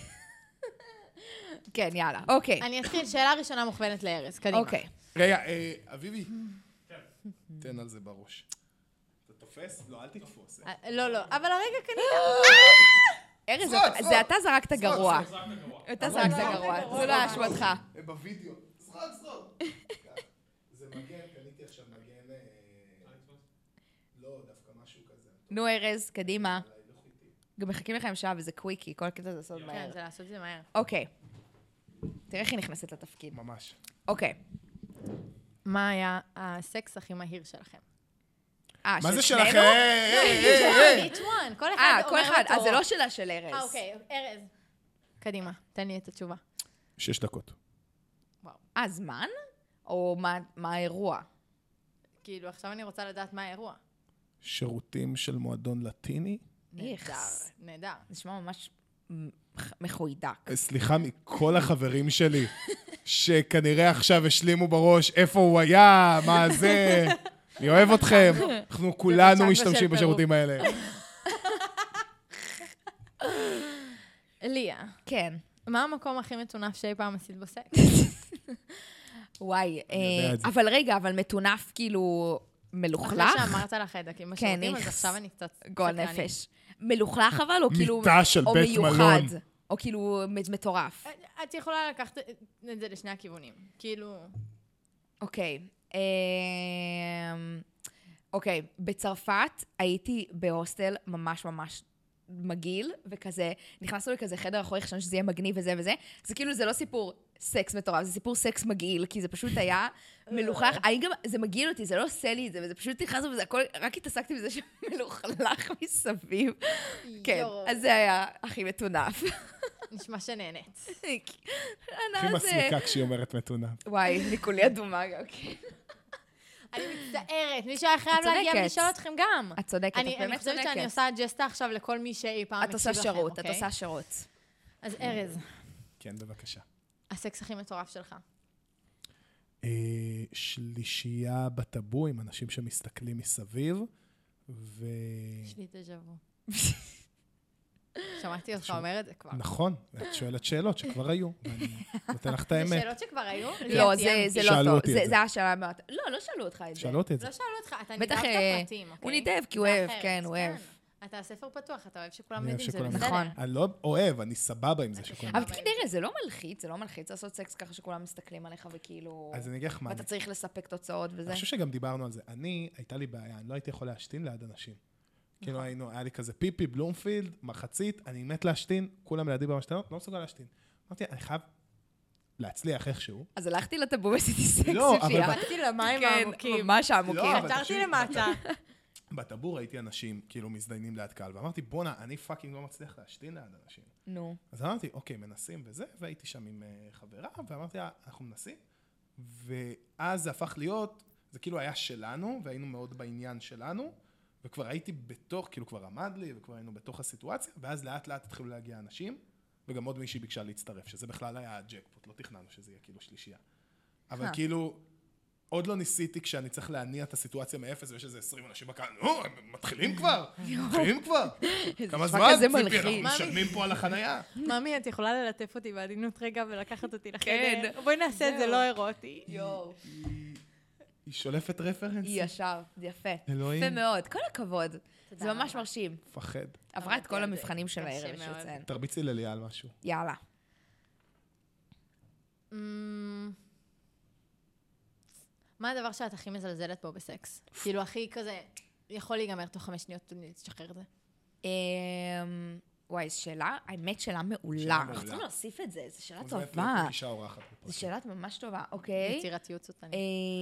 Speaker 2: כן, יאללה, אוקיי.
Speaker 3: אני אתחיל, שאלה ראשונה מוכוונת לארז, קדימה.
Speaker 2: אוקיי.
Speaker 1: רגע, אביבי, תן על זה בראש. אתה תופס? לא, אל תתפוס.
Speaker 3: לא, אבל הרגע קניתי.
Speaker 2: ארז, זה אתה זרקת גרוע. אתה זרקת גרוע, זה לא אשמתך.
Speaker 1: בווידאו. זרוק. זה מגן, קניתי עכשיו מגן... לא, דווקא משהו כזה.
Speaker 2: נו, ארז, קדימה. גם מחכים לכם שעה וזה קוויקי, כל הקטע זה לעשות מהר.
Speaker 3: כן, זה לעשות את זה מהר.
Speaker 2: אוקיי. תראה איך היא נכנסת לתפקיד.
Speaker 1: ממש.
Speaker 2: אוקיי.
Speaker 3: מה היה הסקס הכי מהיר שלכם?
Speaker 1: מה זה
Speaker 2: שנינו?
Speaker 1: שלכם?
Speaker 3: each one, כל אחד אומר
Speaker 2: כל אחד,
Speaker 3: לתורו.
Speaker 2: אז זה לא שאלה של ארז.
Speaker 3: אוקיי, ארז. קדימה, תן לי את התשובה.
Speaker 1: 6 דקות.
Speaker 2: זמן? או מה האירוע?
Speaker 3: כאילו, עכשיו אני רוצה לדעת מה האירוע.
Speaker 1: שירותים של מועדון לטיני?
Speaker 3: נהדר.
Speaker 2: נשמע ממש מחוידק.
Speaker 1: סליחה מכל החברים שלי, שכנראה עכשיו השלימו בראש איפה הוא היה, מה זה. אני אוהב אתכם. אנחנו כולנו משתמשים בשירותים האלה.
Speaker 3: ליה.
Speaker 2: כן.
Speaker 3: מה המקום הכי מטונף שאי פעם עשית בסקס?
Speaker 2: וואי,
Speaker 1: יודע את זה.
Speaker 2: אבל רגע, אבל מטונף כאילו מלוכלך?
Speaker 3: אחרי שאמרת לך חיידקים בשירותים, אז עכשיו אני קצת
Speaker 2: גועל נפש. מלוכלך אבל, או כאילו...
Speaker 1: מיטה של
Speaker 2: או
Speaker 1: בית
Speaker 2: מיוחד,
Speaker 1: מלון.
Speaker 2: או כאילו מטורף.
Speaker 3: את יכולה לקחת את זה לשני הכיוונים. כאילו...
Speaker 2: אוקיי, בצרפת הייתי בהוסטל ממש ממש מגעיל, וכזה, נכנסנו לכזה חדר אחורי, חשבנו שזה יהיה מגניב וזה וזה, זה כאילו, זה לא סיפור סקס מטורף, זה סיפור סקס מגעיל, כי זה פשוט היה מלוכלך, זה מגעיל אותי, זה לא עושה לי את זה, וזה פשוט נכנסנו וזה הכל, רק התעסקתי בזה שמלוכלך מסביב. כן, אז זה היה הכי מטונף.
Speaker 3: נשמע שנהנית.
Speaker 1: הכי מסמיקה כשהיא אומרת מטונף.
Speaker 2: וואי, אני כולי אדומה, אוקיי.
Speaker 3: אני מצטערת, מישהו היה חייב להגיע ולשאול אתכם גם.
Speaker 2: את צודקת, את באמת צודקת.
Speaker 3: אני חושבת שאני עושה ג'סטה עכשיו לכל מי שאי פעם
Speaker 2: את עושה שירות, את עושה שירות.
Speaker 3: אז ארז.
Speaker 1: כן, בבקשה.
Speaker 3: הסקס הכי מטורף שלך.
Speaker 1: שלישייה בטאבו עם אנשים שמסתכלים מסביב,
Speaker 3: יש לי דז'ה וו. שמעתי אותך אומר את זה כבר.
Speaker 1: נכון, את שואלת שאלות שכבר היו, ואני נותן לך את האמת.
Speaker 3: זה שאלות שכבר היו?
Speaker 2: לא, זה לא טוב.
Speaker 1: אותי את זה.
Speaker 2: זה השאלה מאוד. לא שאלו אותך את זה.
Speaker 1: שאלו אותי את זה.
Speaker 3: לא שאלו אותך, אתה
Speaker 2: בטח,
Speaker 3: נידב את הפרטים, אוקיי?
Speaker 2: הוא נידב, כי הוא
Speaker 3: זה
Speaker 2: אוהב,
Speaker 3: אחרת,
Speaker 2: כן, הוא אוהב.
Speaker 3: אתה ספר פתוח, אתה אוהב שכולם
Speaker 1: אני אוהב
Speaker 3: יודעים, זה
Speaker 1: שכולם
Speaker 3: בסדר.
Speaker 2: נכון.
Speaker 1: אני לא אוהב, אני סבבה עם זה שכולם...
Speaker 2: אבל תראה, זה לא מלחיץ לעשות סקס ככה שכולם מסתכלים עליך וכאילו...
Speaker 1: אז אני אגיד לך מה...
Speaker 2: ואתה צריך לספק תוצאות וזה.
Speaker 1: אני חושב שגם דיברנו על זה. הייתה לי בעיה, אני לא הייתי יכול להשתין ליד אנשים. כאילו היה לי כזה פיפי, בלומפילד, מחצית, אני מת להשתין, כולם לידי במשתנות, לא מסוגל להשתין. אמרתי, אני חייב להצליח איכשהו.
Speaker 2: אז הלכתי לטאבו ועשיתי סקס
Speaker 1: לא, אבל
Speaker 2: שפייה.
Speaker 3: הלכתי למים
Speaker 2: כן,
Speaker 3: העמוקים.
Speaker 2: ממש העמוקים.
Speaker 1: לא, אבל
Speaker 3: חתרתי
Speaker 1: תקשיב,
Speaker 3: למטה.
Speaker 1: בטאבו ראיתי אנשים כאילו מזדיינים ליד קהל, ואמרתי, בונה, אני פאקינג לא מצליח להשתין ליד אנשים.
Speaker 2: נו.
Speaker 1: אז אמרתי, אוקיי, מנסים וזה, והייתי שם עם חברה, ואמרתי, אנחנו מנסים, ואז זה הפך להיות, זה כאילו היה שלנו, והיינו מאוד בעניין שלנו, וכבר הייתי בתוך, כאילו כבר עמד לי, וכבר היינו בתוך הסיטואציה, ואז לאט לאט התחילו להגיע אנשים, וגם עוד מישהי ביקשה להצטרף, שזה בכלל היה הג'קפוט, לא תכננו שזה יהיה כאילו שלישייה. אבל כאילו, עוד לא ניסיתי כשאני צריך להניע את הסיטואציה מאפס, ויש איזה 20 אנשים בקהל, הם מתחילים כבר, כמה זמן, ציפי, אנחנו משלמים פה על החנייה.
Speaker 3: ממי, את יכולה ללטף אותי בעדינות רגע ולקחת אותי לחדר?
Speaker 2: כן.
Speaker 3: בואי נעשה את זה לא אירוטי.
Speaker 2: יואו.
Speaker 1: היא שולפת רפרנס.
Speaker 2: היא ישר, יפה.
Speaker 1: אלוהים.
Speaker 2: יפה מאוד, כל הכבוד. זה ממש מרשים.
Speaker 1: מפחד.
Speaker 2: עברה את כל המבחנים של
Speaker 3: קשה
Speaker 2: הערב,
Speaker 3: מאוד.
Speaker 2: שציין.
Speaker 1: תרביצי לליה על משהו.
Speaker 2: יאללה.
Speaker 3: מה הדבר שאת הכי מזלזלת בו בסקס? כאילו, הכי כזה, יכול להיגמר תוך 5 שניות, תשחרר את זה.
Speaker 2: וואי, זו שאלה, האמת שאלה מעולה.
Speaker 1: שאלה
Speaker 2: אנחנו
Speaker 1: מעולה.
Speaker 2: צריכים להוסיף את זה, זו שאלה
Speaker 1: אז באמת
Speaker 2: טובה.
Speaker 1: להיות אישה אורחת בפרקים.
Speaker 2: זו שאלה ממש טובה, אוקיי?
Speaker 3: יצירתיות סוטנית.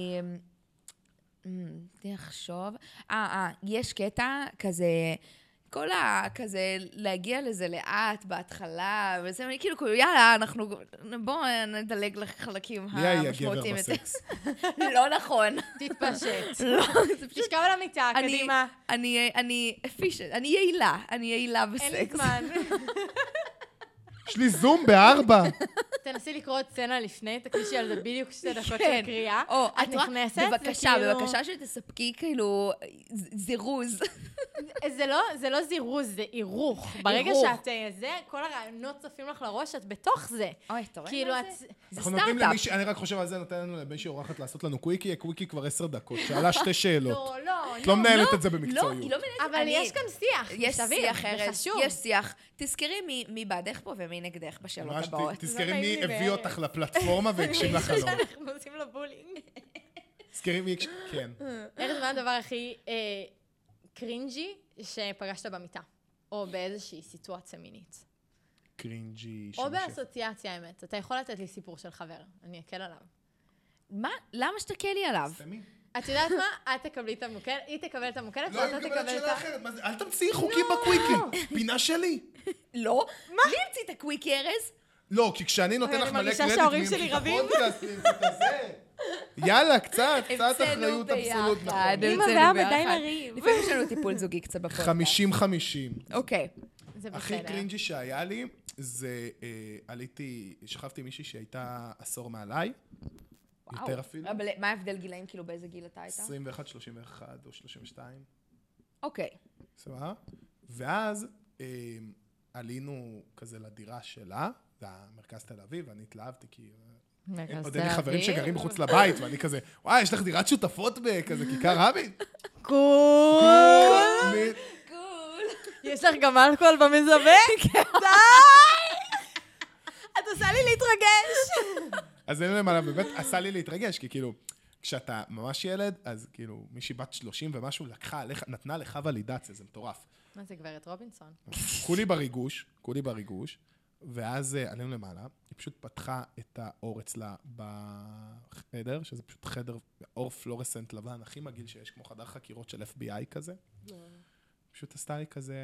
Speaker 2: תני לחשוב. יש קטע כזה, כל כזה להגיע לזה לאט בהתחלה, וזה כאילו, יאללה, בואו נדלג לחלקים
Speaker 1: ליה היא הגבר
Speaker 2: המשמעותיים יותר.
Speaker 1: בסקס.
Speaker 2: לא נכון.
Speaker 3: תתפשט.
Speaker 2: לא, זה פשוט...
Speaker 3: תשכב על המיטה, קדימה.
Speaker 2: אני efficient, אני יעילה בסקס.
Speaker 3: אין לי זמן.
Speaker 1: יש לי זום ב4.
Speaker 3: תנסי לקרוא את סצנה לפני, תקשישי על זה בדיוק 2 דקות של
Speaker 2: כן.
Speaker 3: קריאה.
Speaker 2: את
Speaker 3: נכנסת,
Speaker 2: בבקשה שתספקי כאילו זירוז.
Speaker 3: זה לא זירוז, זה הירוך. ברגע שאת זה, כל הרעיונות צפים לך לראש, את בתוך זה.
Speaker 2: אוי, אתה רואה
Speaker 3: כאילו,
Speaker 2: מה
Speaker 3: את...
Speaker 2: זה
Speaker 1: אנחנו נותנים
Speaker 2: סטארט-אפ.
Speaker 1: למישהי, אני רק חושב על זה, נותן לנו למישהי אורחת לעשות לנו קוויקי, הקוויקי כבר 10 דקות, שאלה 2 שאלות.
Speaker 3: לא.
Speaker 1: את לא מנהלת את זה
Speaker 2: לא,
Speaker 1: במקצועיות.
Speaker 2: היא לא מנהלת.
Speaker 3: אבל יש כאן שיח,
Speaker 2: יש
Speaker 3: מסביב,
Speaker 2: שיח
Speaker 3: זה
Speaker 2: ארז,
Speaker 3: חשוב.
Speaker 2: יש שיח. תזכרי מי בעדך פה ומי נגדך בשאלות
Speaker 1: ממש,
Speaker 2: הבאות.
Speaker 1: תזכרי
Speaker 3: נעים
Speaker 1: מי
Speaker 3: לי
Speaker 1: הביא
Speaker 3: בערב.
Speaker 1: אותך לפלטפורמה והגשים לחלום.
Speaker 3: שאנחנו עושים לו בולינג.
Speaker 1: תזכרי מי... כן.
Speaker 3: ארז, מה הדבר הכי קרינג'י שפגשת במיטה? או באיזושהי סיטואציה מינית?
Speaker 1: קרינג'י.
Speaker 3: או באסוציאציה, האמת. אתה יכול לתת לי סיפור של חבר, אני אקל עליו.
Speaker 2: מה? למה שתקל לי עליו?
Speaker 1: סתמי.
Speaker 3: את יודעת מה? את תקבלי את המוקלת, היא תקבל את המוקלת,
Speaker 1: לא, היא מקבלת שאלה אחרת. אל תמציאי חוקים בקוויקי. פינה שלי.
Speaker 2: לא? מי המציא את הקוויקי, ארז?
Speaker 1: לא, כי כשאני נותן לך מלא קרדיט,
Speaker 3: שההורים שלי רבים.
Speaker 1: יאללה, קצת אחריות אבסולוט.
Speaker 3: אמא ואבא די מרים.
Speaker 2: לפעמים יש לנו טיפול זוגי קצת בפודקאסט.
Speaker 1: 50-50.
Speaker 2: אוקיי.
Speaker 3: זה בסדר.
Speaker 1: הכי קרינג'י שהיה לי, זה שכבתי מישהי שהייתה עשור מעליי, יותר אפילו.
Speaker 2: אבל מה ההבדל גילאים, כאילו באיזה גיל אתה הייתה?
Speaker 1: 21, 31 או 32.
Speaker 2: אוקיי.
Speaker 1: סבבה? ואז עלינו כזה לדירה שלה, זה המרכז תל אביב, ואני התלהבתי כי... עוד אין לי חברים שגרים מחוץ לבית, ואני כזה, וואי, יש לך דירת שותפות בכזה כיכר רבין?
Speaker 3: קול. יש לך גם אלכוהול במזווה? די! את עושה לי להתרגש.
Speaker 1: אז אין להם עליו, באמת עשה לי להתרגש, כי כאילו, כשאתה ממש ילד, אז כאילו, מישהי בת 30 ומשהו נתנה לך ולידציה, זה מטורף.
Speaker 3: מה זה, גברת רובינסון?
Speaker 1: כולי בריגוש, ואז עלינו למעלה, היא פשוט פתחה את האור אצלה בחדר, שזה פשוט חדר, אור פלורסנט לבן, הכי מגעיל שיש, כמו חדר חקירות של FBI כזה. פשוט עשתה לי כזה,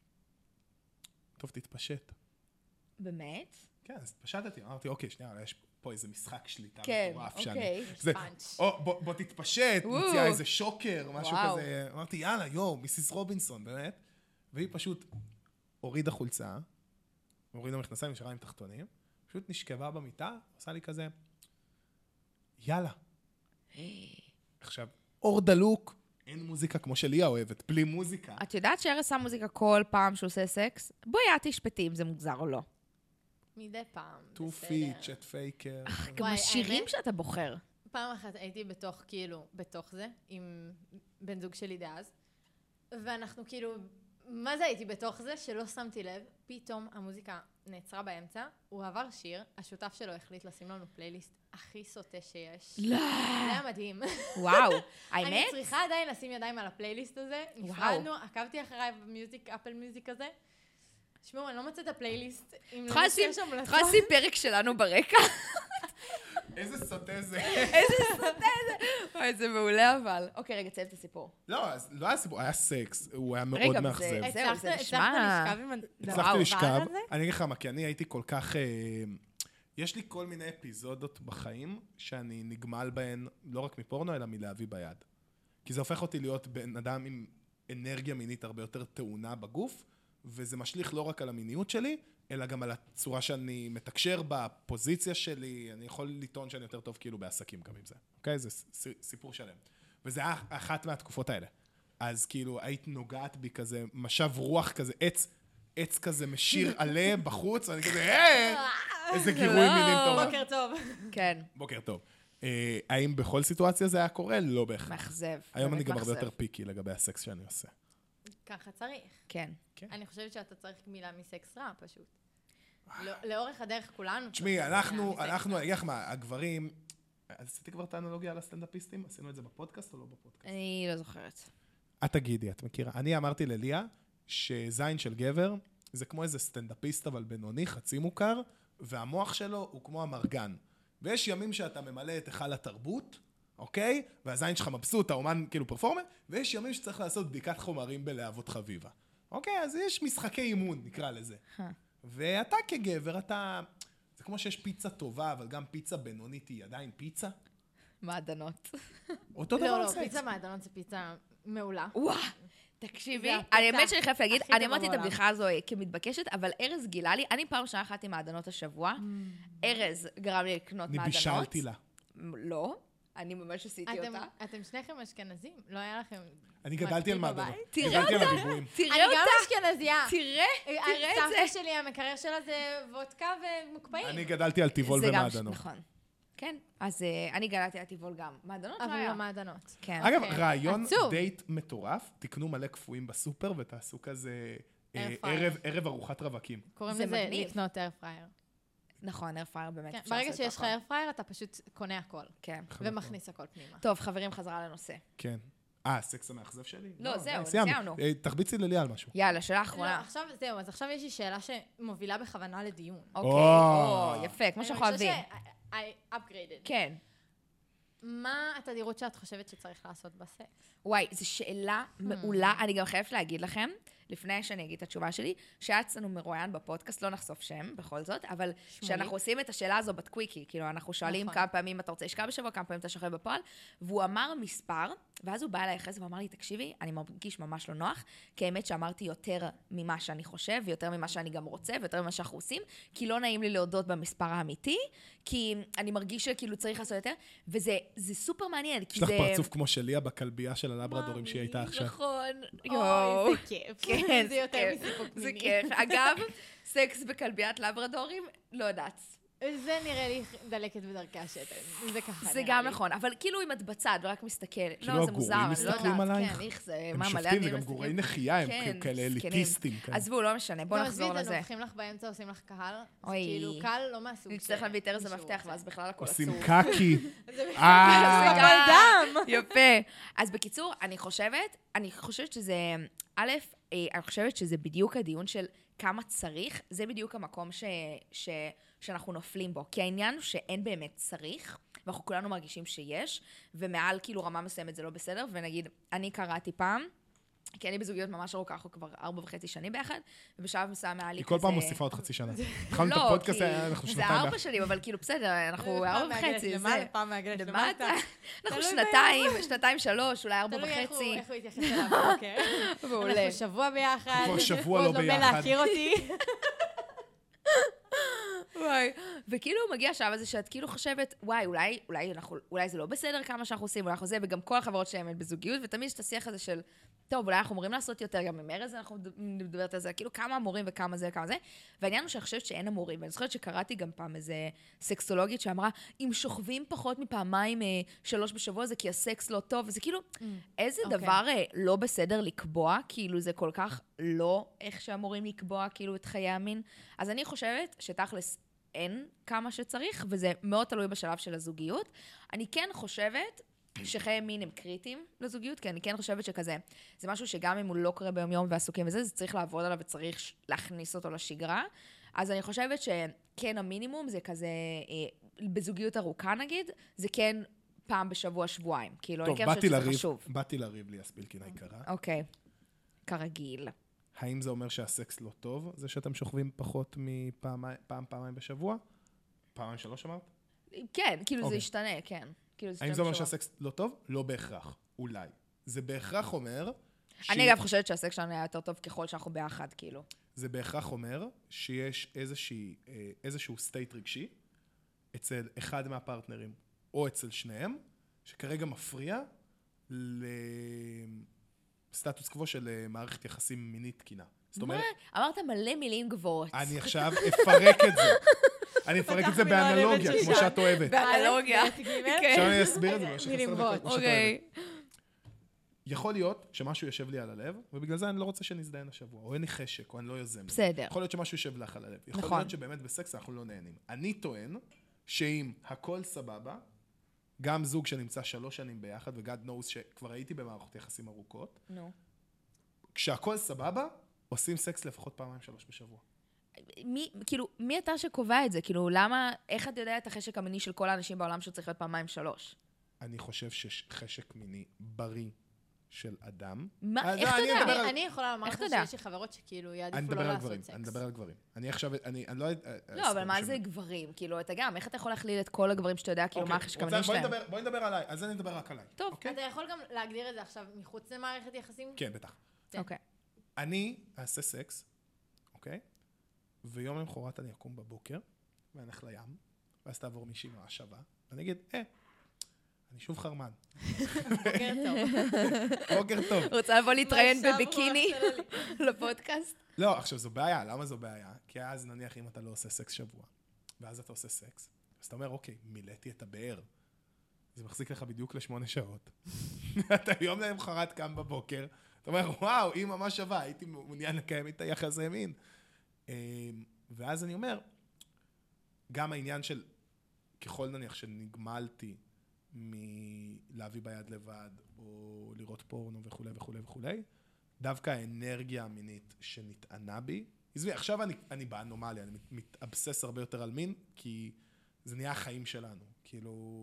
Speaker 1: טוב, תתפשט.
Speaker 2: באמת?
Speaker 1: כן, אז התפשטתי, אמרתי, אוקיי, שנייה, יש פה איזה משחק שליטה מטורף שאני...
Speaker 3: יש פאנץ'.
Speaker 1: בוא תתפשט, מוציאה איזה שוקר, משהו כזה. אמרתי, יאללה, מיסיס רובינסון, באמת. והיא פשוט הורידה חולצה, הורידה מכנסיים, נשארה עם תחתונים, פשוט נשכבה במיטה, עושה לי כזה, יאללה. עכשיו, אור דלוק, אין מוזיקה כמו שליה אוהבת, בלי מוזיקה.
Speaker 2: את יודעת שארז שם מוזיקה כל פעם שהוא עושה סקס? בואי, את תשפטי אם זה מוגזר או לא.
Speaker 3: מדי פעם,
Speaker 1: טו פיט, צ'ט פייקר.
Speaker 2: גם השירים שאתה בוחר.
Speaker 3: פעם אחת הייתי בתוך, כאילו, בתוך זה, עם בן זוג שלי דאז, ואנחנו כאילו, מה זה הייתי בתוך זה? שלא שמתי לב, פתאום המוזיקה נעצרה באמצע, הוא עבר שיר, השותף שלו החליט לשים לנו פלייליסט הכי סוטה שיש.
Speaker 2: לא.
Speaker 3: זה היה מדהים.
Speaker 2: וואו, האמת?
Speaker 3: אני צריכה עדיין לשים ידיים על הפלייליסט הזה, נפרדנו, עקבתי אחריי במיוזיק, אפל מיוזיק הזה. תשמעו, אני לא מצאת הפלייליסט.
Speaker 2: צריכה לשים פרק שלנו ברקע.
Speaker 1: איזה סוטה זה.
Speaker 2: אוי, זה מעולה אבל. אוקיי, רגע, צייב את הסיפור.
Speaker 1: לא היה סיפור, היה סקס, הוא היה מאוד מאכזב.
Speaker 2: זהו, זה נשמע...
Speaker 1: הצלחתי לשכב. אני אגיד לך מה, כי אני הייתי כל כך... יש לי כל מיני אפיזודות בחיים שאני נגמל בהן, לא רק מפורנו, אלא מלהביא ביד. כי זה הופך אותי להיות בן אדם עם אנרגיה מינית הרבה יותר טעונה בגוף, וזה משליך לא רק על המיניות שלי, אלא גם על הצורה שאני מתקשר בפוזיציה שלי, אני יכול לטעון שאני יותר טוב כאילו בעסקים גם עם זה, אוקיי? זה סיפור שלם. וזה היה אחת מהתקופות האלה. אז כאילו היית נוגעת בי כזה, משב רוח כזה, עץ כזה משיר עלה בחוץ, ואני כזה, איזה גירוי מילים טוב.
Speaker 3: בוקר טוב.
Speaker 2: כן.
Speaker 1: בוקר טוב. האם בכל סיטואציה זה היה קורה? לא בהכרח.
Speaker 2: מאכזב.
Speaker 1: היום אני גם הרבה יותר פיקי לגבי הסקס שאני עושה.
Speaker 3: ככה צריך.
Speaker 2: כן.
Speaker 3: אני חושבת שאתה צריך מילה מסקס רע, פשוט. לאורך הדרך כולנו.
Speaker 1: תשמעי, אנחנו, אני אגיד לך מה, הגברים, עשיתי כבר את האנלוגיה על הסטנדאפיסטים? עשינו את זה בפודקאסט או לא בפודקאסט?
Speaker 2: אני לא זוכרת.
Speaker 1: את תגידי, את מכירה. אני אמרתי לליה שזין של גבר זה כמו איזה סטנדאפיסט אבל בינוני, חצי מוכר, והמוח שלו הוא כמו המרגן. ויש ימים שאתה ממלא את היכל התרבות, אוקיי? והזין שלך מבסוט, האומן כאילו פרפורמר, ויש ימים שצריך לעשות בדיקת חומרים בלהבות חביבה. אוקיי? אז יש משחקי אימון, נקרא לזה. ואתה כגבר, זה כמו שיש פיצה טובה, אבל גם פיצה בינונית היא עדיין פיצה.
Speaker 2: מעדנות.
Speaker 1: אותו דבר
Speaker 3: לא, פיצה מעדנות זה פיצה מעולה.
Speaker 2: וואו, תקשיבי, האמת שאני חייבת להגיד, אני אמרתי את הבדיחה הזו כמתבקשת, אבל ארז גילה לי, אני פעם ראשונה אכלתי מעדנות השבוע, ארז גרם לי לקנות מעדנות.
Speaker 1: אני בישלתי לה.
Speaker 2: לא, אני ממש עשיתי אותה.
Speaker 3: אתם שניכם אשכנזים, לא היה לכם...
Speaker 1: אני גדלתי על מעדנות.
Speaker 2: תראה אותה, תראה אותה.
Speaker 3: אני גם אשכנזייה.
Speaker 2: תראה את זה.
Speaker 3: סבתא שלי, המקרר שלה זה וודקה ומוקפאים.
Speaker 1: אני גדלתי על טיבול ומעדנות.
Speaker 2: נכון. כן, אז אני גדלתי על טיבול גם. מעדנות לא
Speaker 3: אבל
Speaker 2: היה.
Speaker 3: לא מעדנות.
Speaker 1: אגב, רעיון דייט מטורף, תקנו מלא קפואים בסופר ותעשו כזה ערב ארוחת רווקים.
Speaker 3: קוראים לזה לקנות אייר פרייר.
Speaker 2: נכון, אייר פרייר באמת.
Speaker 3: ברגע שיש לך אייר פרייר, אתה פשוט קונה הכל.
Speaker 2: כן.
Speaker 3: ומכניס הכל פנימה.
Speaker 2: טוב, חברים, חזרה לנושא.
Speaker 1: כן. הסקס המאכזב שלי?
Speaker 2: לא, זהו, סיימנו.
Speaker 1: תחביצי לליה על משהו.
Speaker 2: יאללה, שאלה אחרונה.
Speaker 3: זהו, אז עכשיו יש לי שאלה שמובילה בכוונה לדיון.
Speaker 2: אוקיי, יפה, כמו שאנחנו אוהבים.
Speaker 3: I upgraded.
Speaker 2: כן.
Speaker 3: מה התדירות שאת חושבת שצריך לעשות בסקס?
Speaker 2: וואי, זו שאלה מעולה. אני גם חייבת להגיד לכם, לפני שאני אגיד את התשובה שלי, שהיה אצלנו מרואיין בפודקאסט, לא נחשוף שם בכל זאת, אבל שאנחנו עושים את השאלה הזו בטוויקי, כאילו אנחנו שואלים כמה פעמים אתה רוצה לשכב בשבוע, כמה פעמים אתה שוכב בפועל, והוא אמר מספר, ואז הוא בא אליי אחרי זה ואמר לי, תקשיבי, אני מרגיש ממש לא נוח, כי האמת שאמרתי יותר ממה שאני חושב, ויותר ממה שאני גם רוצה, ויותר ממה שאנחנו עושים, כי לא נעים לי להודות במספר האמיתי, כי אני מרגיש שכאילו צריך לעשות יותר, וזה סופר מעניין, כי זה...
Speaker 1: יש לך פרצוף כמו שלי בכלבייה של הלברדורים שהיא הייתה עכשיו.
Speaker 2: נכון.
Speaker 3: אוי, זה כיף.
Speaker 2: כן,
Speaker 3: זה יותר מסיפוק מיני.
Speaker 2: זה כיף. אגב, סקס בכלביית לברדורים, לא יודעת.
Speaker 3: זה נראה לי דלקת בדרכי השתן. זה ככה נראה לי.
Speaker 2: זה גם נכון, אבל כאילו אם את בצד ורק מסתכלת, לא, זה מוזר,
Speaker 1: הגורים מסתכלים עלייך.
Speaker 2: כן, איך זה,
Speaker 1: הם
Speaker 2: מה, מלא
Speaker 1: שופטים, זה גם גורי נחייה, הם כאלה אליטיסטים.
Speaker 2: עזבו, לא משנה, בוא נחזור לזה.
Speaker 3: הם לוקחים לך באמצע, עושים לך קהל. זה
Speaker 2: אוי.
Speaker 3: כאילו קהל לא מהסוג
Speaker 2: נצטרך להביא את ארז המפתח, ואז בכלל הכל עצוב.
Speaker 1: עושים קקי.
Speaker 2: זה יפה. אז בקיצור, אני חושבת שזה, אני חושבת שזה בדיוק הדיון של כמה צריך, זה בדיוק המקום שאנחנו נופלים בו. כי העניין הוא שאין באמת צריך, ואנחנו כולנו מרגישים שיש, ומעל כאילו רמה מסוימת זה לא בסדר, ונגיד, אני קראתי פעם, כי אני בזוגיות ממש ארוכה, אנחנו כבר 4.5 שנים ביחד, ובשלב מסוים היה לי כזה...
Speaker 1: היא כל פעם מוסיפה עוד חצי שנה. התחלנו את הפודקאסט, אנחנו שנתיים
Speaker 2: זה 4 שנים, אבל כאילו בסדר, אנחנו 4.5.
Speaker 3: פעם מעגלת
Speaker 2: למטה. אנחנו שנתיים, 3, אולי 4.5.
Speaker 3: תלוי איך הוא יתייחס אליו, אוקיי? אנחנו שבוע ביחד.
Speaker 1: כבר שבוע לא ביחד.
Speaker 3: הוא דומה להכיר אותי.
Speaker 2: וואי, וכאילו מגיע השלב הזה שאת כאילו חושבת, וואי, אולי זה לא בסדר כמה שאנחנו עושים, אולי אנחנו זה, וגם כל החברות שלהם בזוגיות, ותמיד יש את השיח הזה של, טוב, אולי אנחנו אמורים לעשות יותר, גם עם ארז אנחנו מדברת על זה, כאילו כמה אמורים וכמה זה וכמה זה, והעניין הוא שאני חושבת שאין אמורים, ואני זוכרת שקראתי גם פעם איזה סקסולוגית שאמרה, אם שוכבים פחות מפעמיים 3 בשבוע, זה כי הסקס לא טוב, וזה כאילו, איזה דבר לא בסדר לקבוע, כאילו זה כל כך לא איך שאמורים לקבוע כאילו את חיי המין. אז אני חושבת שתכלס אין כמה שצריך, וזה מאוד תלוי בשלב של הזוגיות. אני כן חושבת שחיי מין הם קריטיים לזוגיות, כי אני כן חושבת שכזה, זה משהו שגם אם הוא לא קורה ביום יום ועסוקים וזה, זה צריך לעבוד עליו וצריך להכניס אותו לשגרה. אז אני חושבת שכן המינימום זה כזה, בזוגיות ארוכה נגיד, זה כן פעם בשבוע, שבועיים. כאילו, אני כן חושבת שזה חשוב.
Speaker 1: באתי לריב לי הספילקין היקרה.
Speaker 2: אוקיי, כרגיל.
Speaker 1: האם זה אומר שהסקס לא טוב? זה שאתם שוכבים פחות פעמיים בשבוע? 2-3 אמרת?
Speaker 2: כן, כאילו זה ישתנה, כן.
Speaker 1: האם זה אומר שהסקס לא טוב? לא בהכרח, אולי. זה בהכרח אומר...
Speaker 2: אני אגב חושבת שהסקס שלנו היה יותר טוב ככל שאנחנו ביחד, כאילו.
Speaker 1: זה בהכרח אומר שיש איזשהו סטייט רגשי אצל אחד מהפרטנרים, או אצל שניהם, שכרגע מפריע לסטטוס קוו של מערכת יחסים מינית תקינה. זאת אומרת...
Speaker 2: אמרת מלא מילים גבוהות.
Speaker 1: אני עכשיו אפרק את זה. אני אפרק את זה באנלוגיה, כמו שאת אוהבת.
Speaker 2: באנלוגיה.
Speaker 1: עכשיו אני אסביר את זה, במשך 10 דקות, כמו שאת
Speaker 2: אוקיי.
Speaker 1: אוהבת. יכול להיות שמשהו יושב לי על הלב, ובגלל זה אני לא רוצה שנזדיין השבוע, או אין לי חשק, או אני לא יוזם.
Speaker 2: בסדר.
Speaker 1: יכול להיות שמשהו יושב לך על הלב. יכול להיות שבאמת בסקס אנחנו לא נהנים. אני טוען שאם הכל סבבה, גם זוג שנמצא 3 שנים ביחד, וגד נוס שכבר הייתי במערכות יחסים ארוכות, כשהכל סבבה, עושים סקס לפחות 2-3 בשבוע.
Speaker 2: מי אתה שקובע את זה? כאילו, למה, איך את יודע את החשק המיני של כל האנשים בעולם שצריך להיות 2-3?
Speaker 1: אני חושב שחשק מיני בריא של אדם.
Speaker 2: מה? איך אתה יודע?
Speaker 3: אני יכולה לומר לך שיש לי חברות שכאילו יעדיפו לא לעשות סקס.
Speaker 1: אני מדבר על גברים. אני עכשיו, אני לא...
Speaker 2: לא, אבל מה זה גברים? כאילו, אתה גם, איך אתה יכול להכליל את כל הגברים שאתה יודע, כאילו, מה החשק המיני שלהם?
Speaker 1: בואי נדבר עליי, אז אני אדבר רק עליי.
Speaker 2: טוב.
Speaker 3: אתה יכול גם להגדיר את זה עכשיו מחוץ למערכת יחסים?
Speaker 1: כן, בטח.
Speaker 2: אוקיי.
Speaker 1: אני אעשה סקס, אוקיי? ויום למחרת אני אקום בבוקר, ואני אלך לים, ואז תעבור מישהי מהשבה, ואני אגיד, אני שוב חרמן.
Speaker 3: בוקר טוב.
Speaker 1: בוקר טוב.
Speaker 2: רוצה לבוא להתראיין בביקיני לפודקאסט?
Speaker 1: לא, עכשיו זו בעיה. למה זו בעיה? כי אז נניח אם אתה לא עושה סקס שבוע, ואז אתה עושה סקס, אז אתה אומר, אוקיי, מילאתי את הבאר. זה מחזיק לך בדיוק ל8 שעות. אתה יום למחרת קם בבוקר, אתה אומר, וואו, היא ממש שווה, הייתי מעוניין לקיים איתה יחסי מין. ואז אני אומר, גם העניין של, ככל נניח שנגמלתי מלהביא ביד לבד, או לראות פורנו וכו' וכו' וכו', דווקא האנרגיה המינית שנטענה בי, עכשיו אני באנומליה, אני מתאבסס הרבה יותר על מין, כי זה נהיה החיים שלנו. כאילו,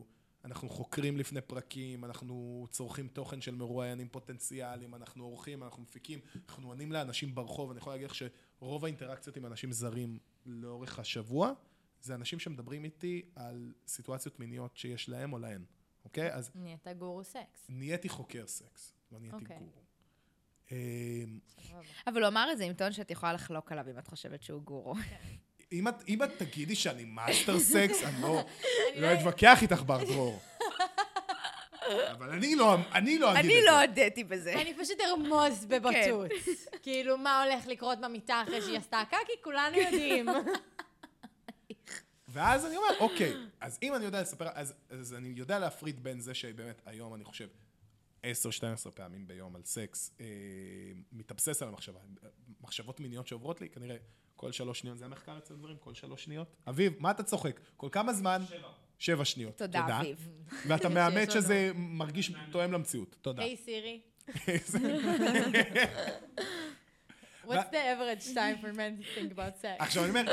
Speaker 1: אנחנו חוקרים לפני פרקים, אנחנו צורכים תוכן של מרואיינים פוטנציאליים, אנחנו עורכים, אנחנו מפיקים, אנחנו עונים לאנשים ברחוב. אני יכול להגיד לך שרוב האינטראקציות עם אנשים זרים לאורך השבוע, זה אנשים שמדברים איתי על סיטואציות מיניות שיש להם או להן. אוקיי? אז...
Speaker 3: נהיית גורו סקס.
Speaker 1: נהייתי חוקר סקס, לא נהייתי גורו.
Speaker 2: אבל הוא אמר את זה עם טון שאת יכולה לחלוק עליו, אם את חושבת שהוא גורו.
Speaker 1: אם את תגידי שאני מאסטר סקס, אני לא אתווכח איתך בר דרור. אבל אני לא אגיד את זה.
Speaker 2: אני לא הודיתי בזה.
Speaker 3: אני פשוט ארמוז בבטות. כאילו, מה הולך לקרות במיטה אחרי שהיא עשתה קקי? כולנו יודעים.
Speaker 1: ואז אני אומר, אוקיי, אז אם אני יודע לספר, אז אני יודע להפריד בין זה שבאמת היום אני חושב 10-12 פעמים ביום על סקס, מתאבסס על המחשבה, מחשבות מיניות שעוברות לי, כנראה כל 3 שניות, זה המחקר אצל דברים, כל 3 שניות. אביב, מה אתה צוחק? כל כמה זמן? 7 שניות.
Speaker 2: תודה, אביב.
Speaker 1: ואתה מאמת שזה מרגיש תואם למציאות. תודה.
Speaker 3: היי, סירי. What's the average time for men to think about sex?
Speaker 1: עכשיו, אני אומר,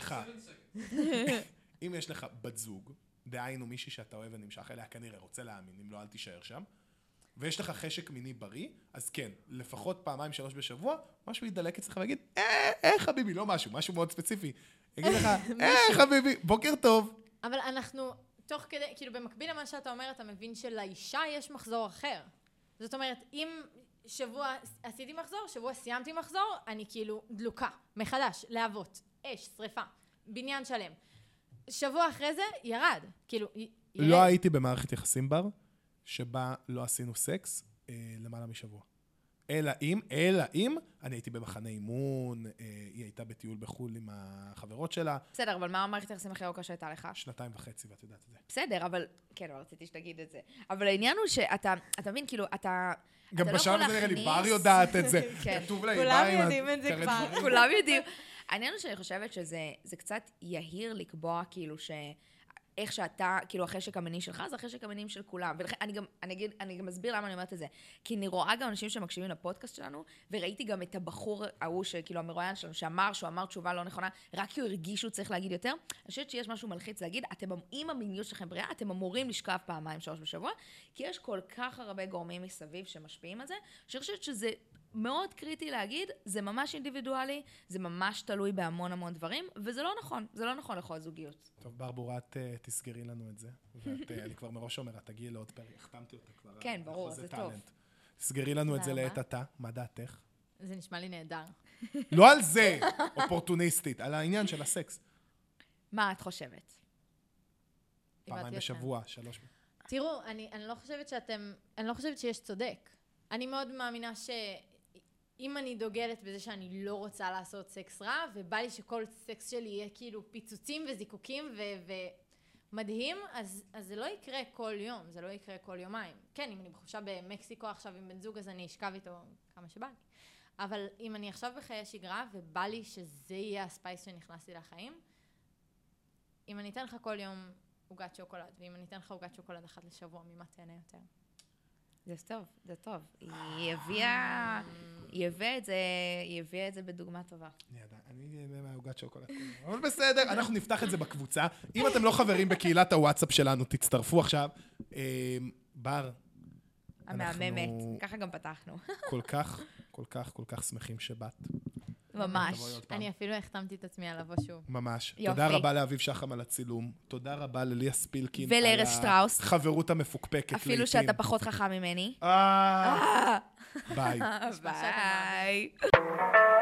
Speaker 1: אם יש לך בת זוג, דהיינו מישהי שאתה אוהב ונמשך אליה, כנראה רוצה להאמין, אם לא, אל תישאר שם, ויש לך חשק מיני בריא, אז כן, לפחות 2-3 בשבוע, משהו ידלק אצלך ויגיד, חביבי, לא משהו מאוד ספציפי. יגיד לך, חביבי, בוקר טוב.
Speaker 3: אבל אנחנו, תוך כדי, כאילו במקביל למה שאתה אומר, אתה מבין שלאישה יש מחזור אחר. זאת אומרת, אם שבוע עשיתי מחזור, שבוע סיימתי מחזור, אני כאילו דלוקה, מחדש, להבות, אש, שריפה, בניין שלם. שבוע אחרי זה ירד, כאילו...
Speaker 1: לא הייתי במערכת יחסים בר, שבה לא עשינו סקס למעלה משבוע. אלא אם, אני הייתי במחנה אימון, היא הייתה בטיול בחול עם החברות שלה.
Speaker 2: בסדר, אבל מה המערכת יחסים הכי ארוכה שהייתה לך?
Speaker 1: 2.5, ואת יודעת את זה.
Speaker 2: בסדר, אבל, כן, אבל רציתי שתגיד את זה. אבל העניין הוא שאתה מבין, כאילו, אתה
Speaker 1: גם בשלב הזה נראה לי, בר יודעת את זה. כתוב לה,
Speaker 3: כולם יודעים את זה כבר.
Speaker 2: כולם יודעים. העניין הוא שאני חושבת שזה קצת יהיר לקבוע, כאילו, איך שאתה, כאילו, החשק המיני שלך, זה החשק המינים של כולם. ולכן, אני גם מסביר למה אני אומרת את זה. כי אני רואה גם אנשים שמקשיבים לפודקאסט שלנו, וראיתי גם את הבחור ההוא, שכאילו, המרואיין שלנו, שהוא אמר תשובה לא נכונה, רק כי הוא הרגיש שהוא צריך להגיד יותר. אני חושבת שיש משהו מלחיץ להגיד, אם המיניות שלכם בריאה, אתם אמורים לשכב 2-3 בשבוע, כי יש כל כך הרבה גורמים מסביב שמשפיעים על זה, שאני חושבת שזה מאוד קריטי להגיד, זה ממש אינדיבידואלי, זה ממש תלוי בהמון דברים, וזה לא נכון, זה לא נכון לכל זוגיות.
Speaker 1: טוב, ברבורה, את תסגרי לנו את זה, ואני כבר מראש אומר, את תגיעי לעוד פרק, החתמתי אותה כבר.
Speaker 2: כן, ברור, זה טוב.
Speaker 1: תסגרי לנו את זה לעת עתה, מה דעתך?
Speaker 3: זה נשמע לי נהדר.
Speaker 1: לא על זה, אופורטוניסטית, על העניין של הסקס.
Speaker 2: מה את חושבת?
Speaker 1: 2 בשבוע, 3.
Speaker 3: תראו, אני לא חושבת שיש צודק. אני מאוד מאמינה אם אני דוגלת בזה שאני לא רוצה לעשות סקס רע, ובא לי שכל סקס שלי יהיה כאילו פיצוצים וזיקוקים ומדהים, אז זה לא יקרה כל יום, זה לא יקרה כל יומיים. כן, אם אני בחופשה במקסיקו עכשיו עם בן זוג, אז אני אשכב איתו כמה שבא לי. אבל אם אני עכשיו בחיי שגרה, ובא לי שזה יהיה הספייס שנכנס לי לחיים, אם אני אתן לך כל יום עוגת שוקולד, ואם אני אתן לך עוגת שוקולד אחת לשבוע, ממה תהנה יותר?
Speaker 2: זה טוב, זה טוב. היא הביאה את זה בדוגמה טובה.
Speaker 1: אני מהעוגת שוקולד. אבל בסדר, אנחנו נפתח את זה בקבוצה. אם אתם לא חברים בקהילת הוואטסאפ שלנו, תצטרפו עכשיו. בר.
Speaker 2: המהממת, ככה גם פתחנו.
Speaker 1: כל כך שמחים שבאת.
Speaker 2: ממש.
Speaker 3: אני אפילו החתמתי את עצמי על לבוא שוב.
Speaker 1: ממש. תודה רבה לאביב שחם על הצילום. תודה רבה לליה ספילקין.
Speaker 2: ולארז שטראוס.
Speaker 1: החברות המפוקפקת.
Speaker 2: אפילו שאתה פחות חכם ממני.
Speaker 1: ביי.
Speaker 2: ביי.